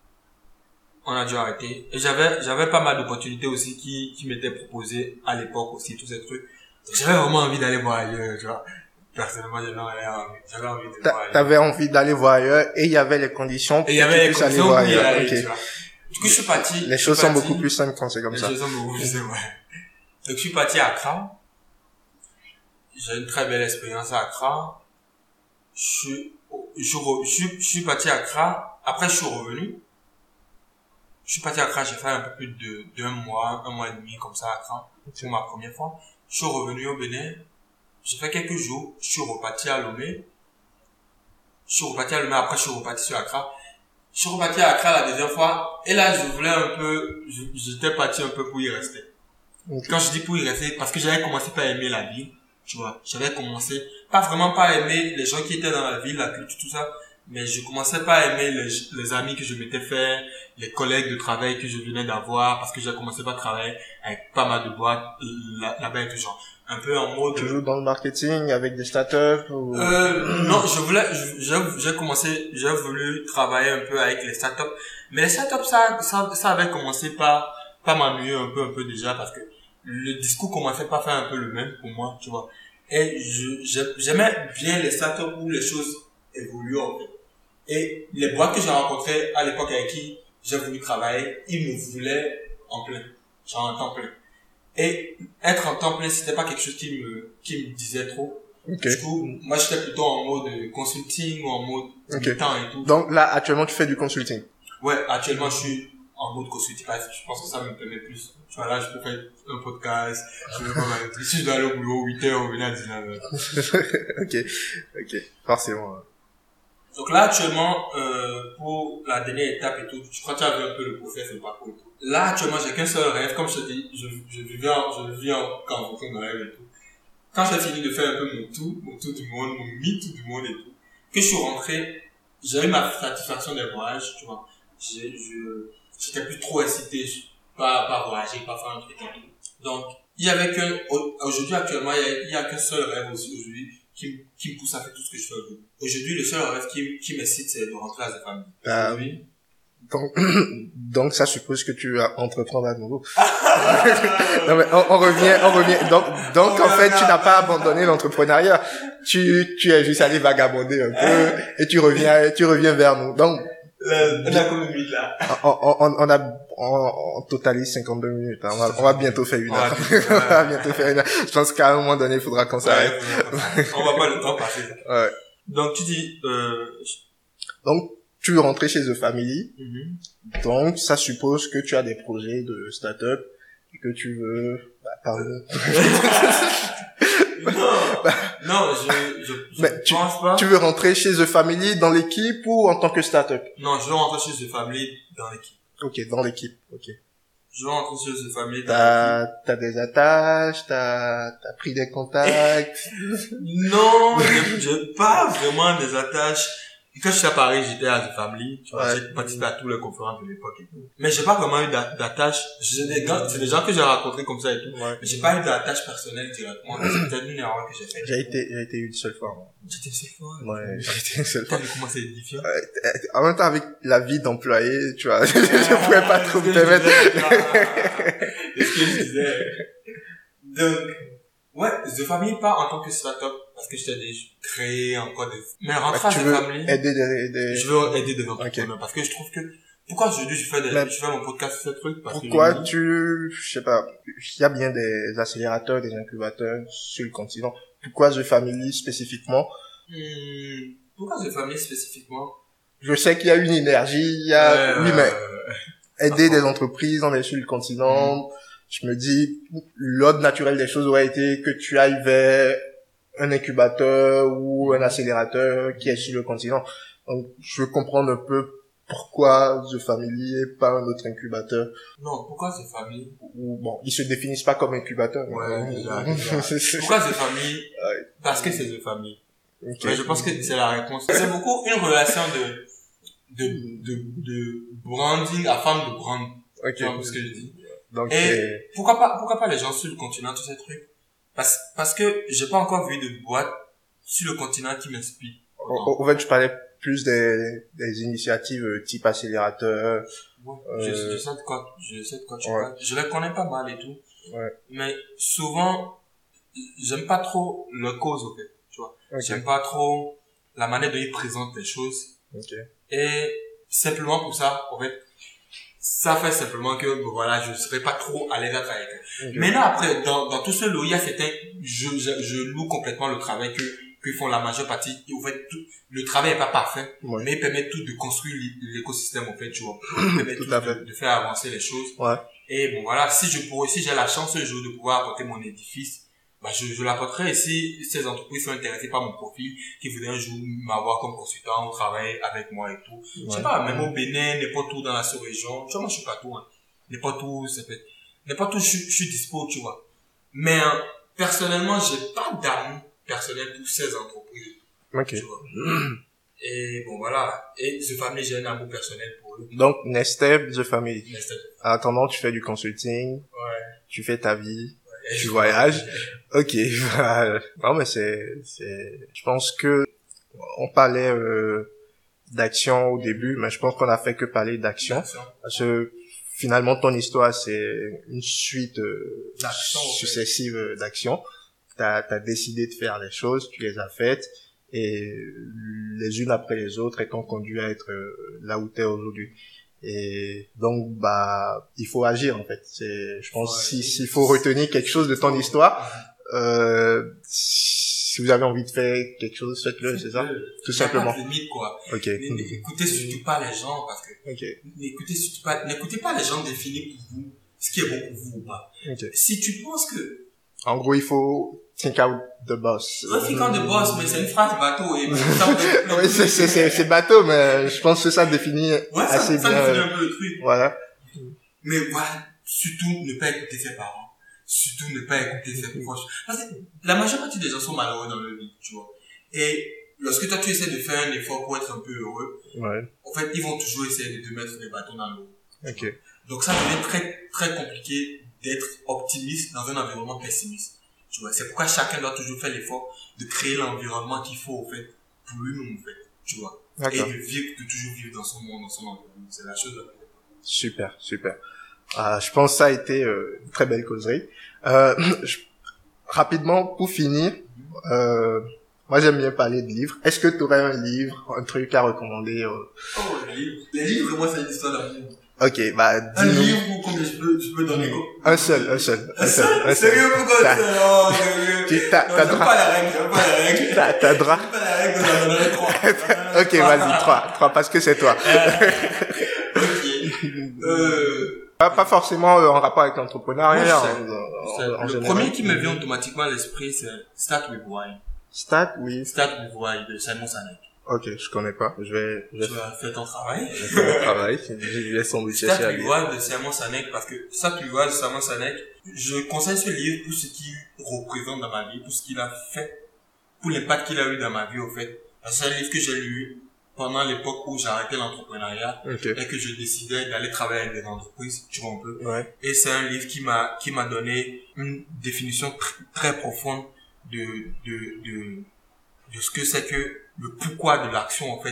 Et j'avais pas mal d'opportunités aussi qui m'étaient proposées à l'époque aussi, tous ces trucs. Donc, j'avais vraiment envie d'aller voir ailleurs, tu vois. Personnellement, j'avais envie de voir ailleurs. T'avais envie d'aller voir ailleurs et il y avait les conditions pour que tu puisses aller voir ailleurs. Okay. Du coup, je suis parti. Les choses sont beaucoup plus simples quand c'est comme ça. Les choses sont beaucoup plus simples, ouais. Donc, je suis parti à Accra. J'ai une très belle expérience à Accra. Je suis parti à Accra. Après, je suis revenu. Je suis parti à Accra, j'ai fait un peu plus d'un mois et demi comme ça à Accra. C'est ma première fois. Je suis revenu au Bénin. J'ai fait quelques jours. Je suis reparti à Lomé. Après je suis reparti sur Accra. Je suis reparti à Accra la deuxième fois. Et là, j'étais parti un peu pour y rester. Okay. Quand je dis pour y rester, parce que j'avais commencé par aimer la ville. Tu vois, j'avais commencé, pas vraiment par aimer les gens qui étaient dans la ville, la culture, tout ça. Mais je commençais pas à aimer les amis que je m'étais fait, les collègues de travail que je venais d'avoir, parce que j'ai commencé pas à travailler avec pas mal de boîtes là-bas et tout genre. Un peu en mode... Toujours dans le marketing, avec des startups ou... Non, j'ai voulu travailler un peu avec les startups. Mais les startups, ça avait commencé pas m'ennuyer un peu déjà, parce que le discours commençait pas à faire un peu le même pour moi, tu vois. Et j'aimais bien les startups où les choses évoluent, en fait. Et les boîtes que j'ai rencontrées à l'époque avec qui j'ai voulu travailler, ils me voulaient en plein, genre en temps plein. Et être en temps plein, c'était pas quelque chose qui me disait trop. Okay. Du coup, moi j'étais plutôt en mode consulting ou en mode temps et tout. Donc là, actuellement, tu fais du consulting? Ouais, actuellement, je suis en mode consulting. Je pense que ça me permet plus. Tu vois, là, je peux faire un podcast. Si je dois aller au boulot 8h, on venait à 19h. Ok. Forcément. Donc là, actuellement, pour la dernière étape et tout, je crois que tu as vu un peu le process, le parcours et tout. Là, actuellement, j'ai qu'un seul rêve. Comme je te dis, je vis en campagne de rêve et tout. Quand j'ai fini de faire un peu mon tour du monde, mon mi-tour du monde et tout, que je suis rentré, j'ai eu ma satisfaction des voyages, tu vois. J'étais plus trop excité, pas voyager, pas faire un truc et tout. Donc, aujourd'hui, actuellement, il y a qu'un seul rêve aussi aujourd'hui qui me pousse à faire tout ce que je fais aujourd'hui. Aujourd'hui, le seul rêve qui m'excite, c'est de rentrer à sa famille. Donc, ça suppose que tu vas entreprendre à nouveau. Non, mais on revient. Donc, en fait, tu n'as pas abandonné l'entrepreneuriat. Tu es juste allé vagabonder un peu et tu reviens vers nous. Donc, On a combien de minutes là? On totalise 52 minutes. Hein. On va bientôt faire une heure. On va bientôt faire une heure. Je pense qu'à un moment donné, il faudra qu'on s'arrête. On va pas le temps passer. Ouais. Donc, tu dis, Donc, tu veux rentrer chez The Family. Mm-hmm. Donc, ça suppose que tu as des projets de start-up et que tu veux, pardon. Non, je pense pas. Tu veux rentrer chez The Family dans l'équipe ou en tant que start-up? Non, je veux rentrer chez The Family dans l'équipe. Ok, dans l'équipe, ok. Je veux rentrer chez The Family dans l'équipe. T'as des attaches, t'as pris des contacts. Non, j'ai pas vraiment des attaches. Quand je suis à Paris, j'étais à The Family, tu vois, j'ai participé à toutes les conférences de l'époque et tout. Mais j'ai pas vraiment eu d'attache. C'est des gens que j'ai rencontrés comme ça et tout. Ouais. Mais j'ai pas eu d'attache personnelle directement. C'est peut-être une erreur que j'ai faite. J'ai été une seule fois, moi. J'étais une seule fois? Ouais, j'ai été une seule fois. T'as vu comment c'est édifiant? En même temps, avec la vie d'employé, tu vois, je pouvais pas trop me permettre. C'est ce que je disais. Donc, ouais, The Family pas en tant que start-up, parce que j'étais déjà créé encore des... Mais rentrer à The Family... Je veux aider des entrepreneurs, okay. Parce que je trouve que... Pourquoi aujourd'hui je fais mon podcast sur ce truc? Pourquoi je sais pas, il y a bien des accélérateurs, des incubateurs sur le continent. Pourquoi The Family spécifiquement? Pourquoi The Family spécifiquement? Je sais qu'il y a une énergie, il y a... oui, mais aider des entreprises, on est sur le continent... Je me dis, l'ordre naturel des choses aurait été que tu ailles vers un incubateur ou un accélérateur qui est sur le continent. Donc, je veux comprendre un peu pourquoi The Family et pas un autre incubateur. Non, pourquoi The Family? Ou bon, ils se définissent pas comme incubateur. Ouais, déjà. Pourquoi The Family? Parce que c'est The Family. Okay. Mais je pense que c'est la réponse. C'est beaucoup une relation de branding afin de brand. Okay. Tu vois ce que je dis? Donc, et pourquoi pas les gens sur le continent, tous ces trucs? Parce que j'ai pas encore vu de boîte sur le continent qui m'inspire. En fait, je parlais plus des initiatives type accélérateur. Ouais, je sais de quoi tu parles. Je les connais pas mal et tout. Ouais. Mais souvent, j'aime pas trop leur cause, en fait. Tu vois. Okay. J'aime pas trop la manière dont ils présentent les choses. Okay. Et simplement pour ça, en fait, ça fait simplement que, voilà, je serais pas trop à l'aise à travailler avec eux. Okay. Maintenant, après, dans tout ce lot, il y a certains, je loue complètement le travail que font la majeure partie. Et en fait, le travail est pas parfait, mais il permet tout de construire l'écosystème, en fait, tu vois. Il permet tout de faire avancer les choses. Ouais. Et bon, voilà, si j'ai la chance un jour de pouvoir apporter mon édifice, bah, je l'apporterai. Et si ces entreprises sont intéressées par mon profil, qui voudraient un jour m'avoir comme consultant, travailler avec moi et tout. Ouais. Je sais pas, même au Bénin, n'importe où dans la sous-région. Tu vois, moi, je suis partout, hein. N'importe où, je suis dispo, tu vois. Mais, personnellement, j'ai pas d'amour personnel pour ces entreprises. Ok. Tu vois. Et bon, voilà. Et The Family, j'ai un amour personnel pour eux. Donc, Nestep, The Family. Nestep. En attendant, tu fais du consulting. Ouais. Tu fais ta vie. Tu voyages. Ok. Non, mais je pense que on parlait, d'action au début, mais je pense qu'on a fait que parler d'action. Parce que finalement, ton histoire, c'est une suite, successive d'actions. T'as décidé de faire les choses, tu les as faites, et les unes après les autres, elles t'ont conduit à être là où t'es aujourd'hui. Et donc, il faut agir, en fait. Je pense, s'il faut retenir quelque chose de ton histoire, si vous avez envie de faire quelque chose, faites-le, c'est ça? Tout simplement. Pas de limite, quoi. Ok. N'écoutez surtout pas les gens, parce que, n'écoutez pas les gens définir pour vous ce qui est bon pour vous ou pas. Okay. Si tu penses que, en gros, il faut think out the boss. Think out the boss, mais c'est une phrase bateau, et oui, c'est bateau, mais je pense que ça définit assez bien. Ça définit un peu le truc. Voilà. Mais voilà, surtout ne pas écouter ses parents. Surtout ne pas écouter ses proches. Parce que la majeure partie des gens sont malheureux dans leur vie, tu vois. Et lorsque toi tu essaies de faire un effort pour être un peu heureux, en fait, ils vont toujours essayer de te mettre des bâtons dans l'eau. Ok. Donc ça devient très, très compliqué d'être optimiste dans un environnement pessimiste. Tu vois, c'est pourquoi chacun doit toujours faire l'effort de créer l'environnement qu'il faut, en fait, pour lui-même, en fait, tu vois. Et de toujours vivre dans son monde, dans son environnement. C'est la chose la plus importante. Super. Je pense que ça a été une très belle causerie. Rapidement, pour finir, Moi, j'aime bien parler de livres. Est-ce que tu aurais un livre, un truc à recommander? Oh, les livres. Les livres, moi, c'est une histoire d'amour. Ok, bah, un livre ou combien je peux donner quoi? Un seul. Sérieux, pourquoi ça? J'aime pas la règle. T'as droit? J'aime pas la règle, j'en donnerai 3. Ok, vas-y, 3, parce que c'est toi. Pas forcément en rapport avec l'entrepreneuriat. Le premier qui me vient automatiquement à l'esprit, c'est Start with Why. Start with Why de Simon Sinek. Ok, je connais pas. Tu vas faire ton travail. Je vais faire mon travail. Je laisse son budget Start with Why de Simon Sinek, parce que Start with Why de Simon Sinek, je conseille ce livre pour ce qu'il représente dans ma vie, pour ce qu'il a fait, pour l'impact qu'il a eu dans ma vie, au fait. C'est un livre que j'ai lu pendant l'époque où j'ai arrêté l'entrepreneuriat et que je décidais d'aller travailler avec des entreprises, tu vois un peu. Ouais. Et c'est un livre qui m'a donné une définition très profonde de ce que c'est que le pourquoi de l'action, en fait.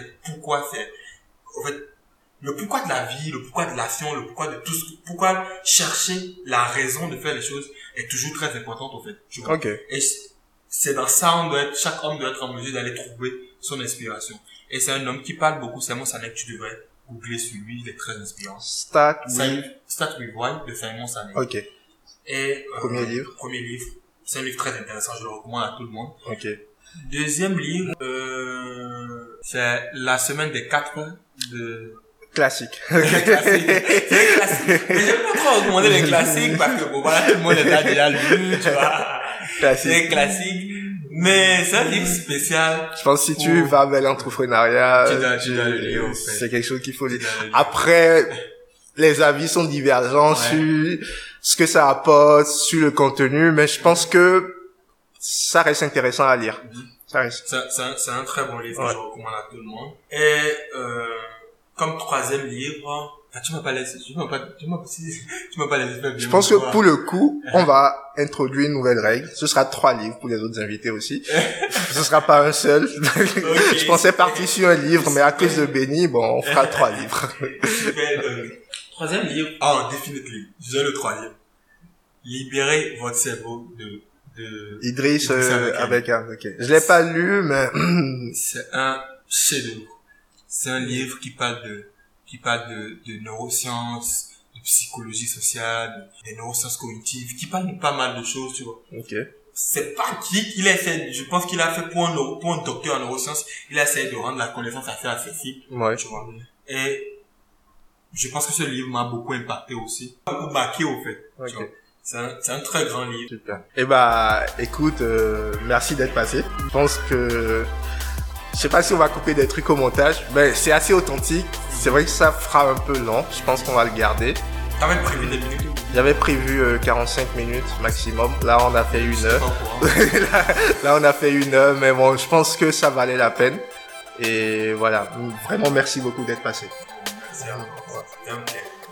Le pourquoi de la vie, le pourquoi de l'action, le pourquoi de tout pourquoi chercher la raison de faire les choses est toujours très importante, en fait. Tu vois. Okay. Et c'est dans ça, chaque homme doit être en mesure d'aller trouver son inspiration. Et c'est un homme qui parle beaucoup, Simon Sinek, tu devrais googler sur lui, il est très inspirant. Start with Why de Simon Sinek. Ok. Et, Premier livre. C'est un livre très intéressant, je le recommande à tout le monde. Ok. Deuxième livre, c'est La semaine des 4 de... Classique. C'est un classique. Mais j'aime pas trop recommander les classiques parce que bon, voilà, tout le monde est déjà lu, tu vois. Classique. C'est classique. Mais c'est un livre spécial. Je pense que si tu vas vers l'entrepreneuriat, tu dois le lire, en fait. C'est quelque chose qu'il faut lire. Après, les avis sont divergents sur ce que ça apporte, sur le contenu, mais je pense que ça reste intéressant à lire. Ça reste. C'est un très bon livre que je recommande à tout le monde. Et, comme troisième livre, tu m'as pas laissé faire bien. Je pense que pour le coup, on va introduire une nouvelle règle. Ce sera 3 livres pour les autres invités aussi. Ce sera pas un seul. Okay. Je pensais partir sur un livre, mais à cause de Benny, bon, on fera 3 livres. Troisième livre. Definitely. J'ai le troisième. Libérez votre cerveau de Idriss avec un, ok. Je l'ai pas lu, mais c'est un chef-d'œuvre. C'est un livre qui parle de neurosciences, de psychologie sociale, des neurosciences cognitives, qui parle de pas mal de choses, tu vois. Ok. C'est pas qu'il a fait, je pense qu'il a fait pour un docteur en neurosciences, il a essayé de rendre la connaissance assez accessible, tu vois. Et je pense que ce livre m'a beaucoup impacté aussi, beaucoup marqué au fait, tu vois. C'est un très grand livre. Super. Écoute, merci d'être passé. Je pense que je sais pas si on va couper des trucs au montage, mais c'est assez authentique. C'est vrai que ça fera un peu long. Je pense qu'on va le garder. T'avais prévu des minutes? J'avais prévu 45 minutes maximum. Là, on a fait 1 heure. Là, on a fait 1 heure, mais bon, je pense que ça valait la peine. Et voilà. Vraiment, merci beaucoup d'être passé. Merci à vous.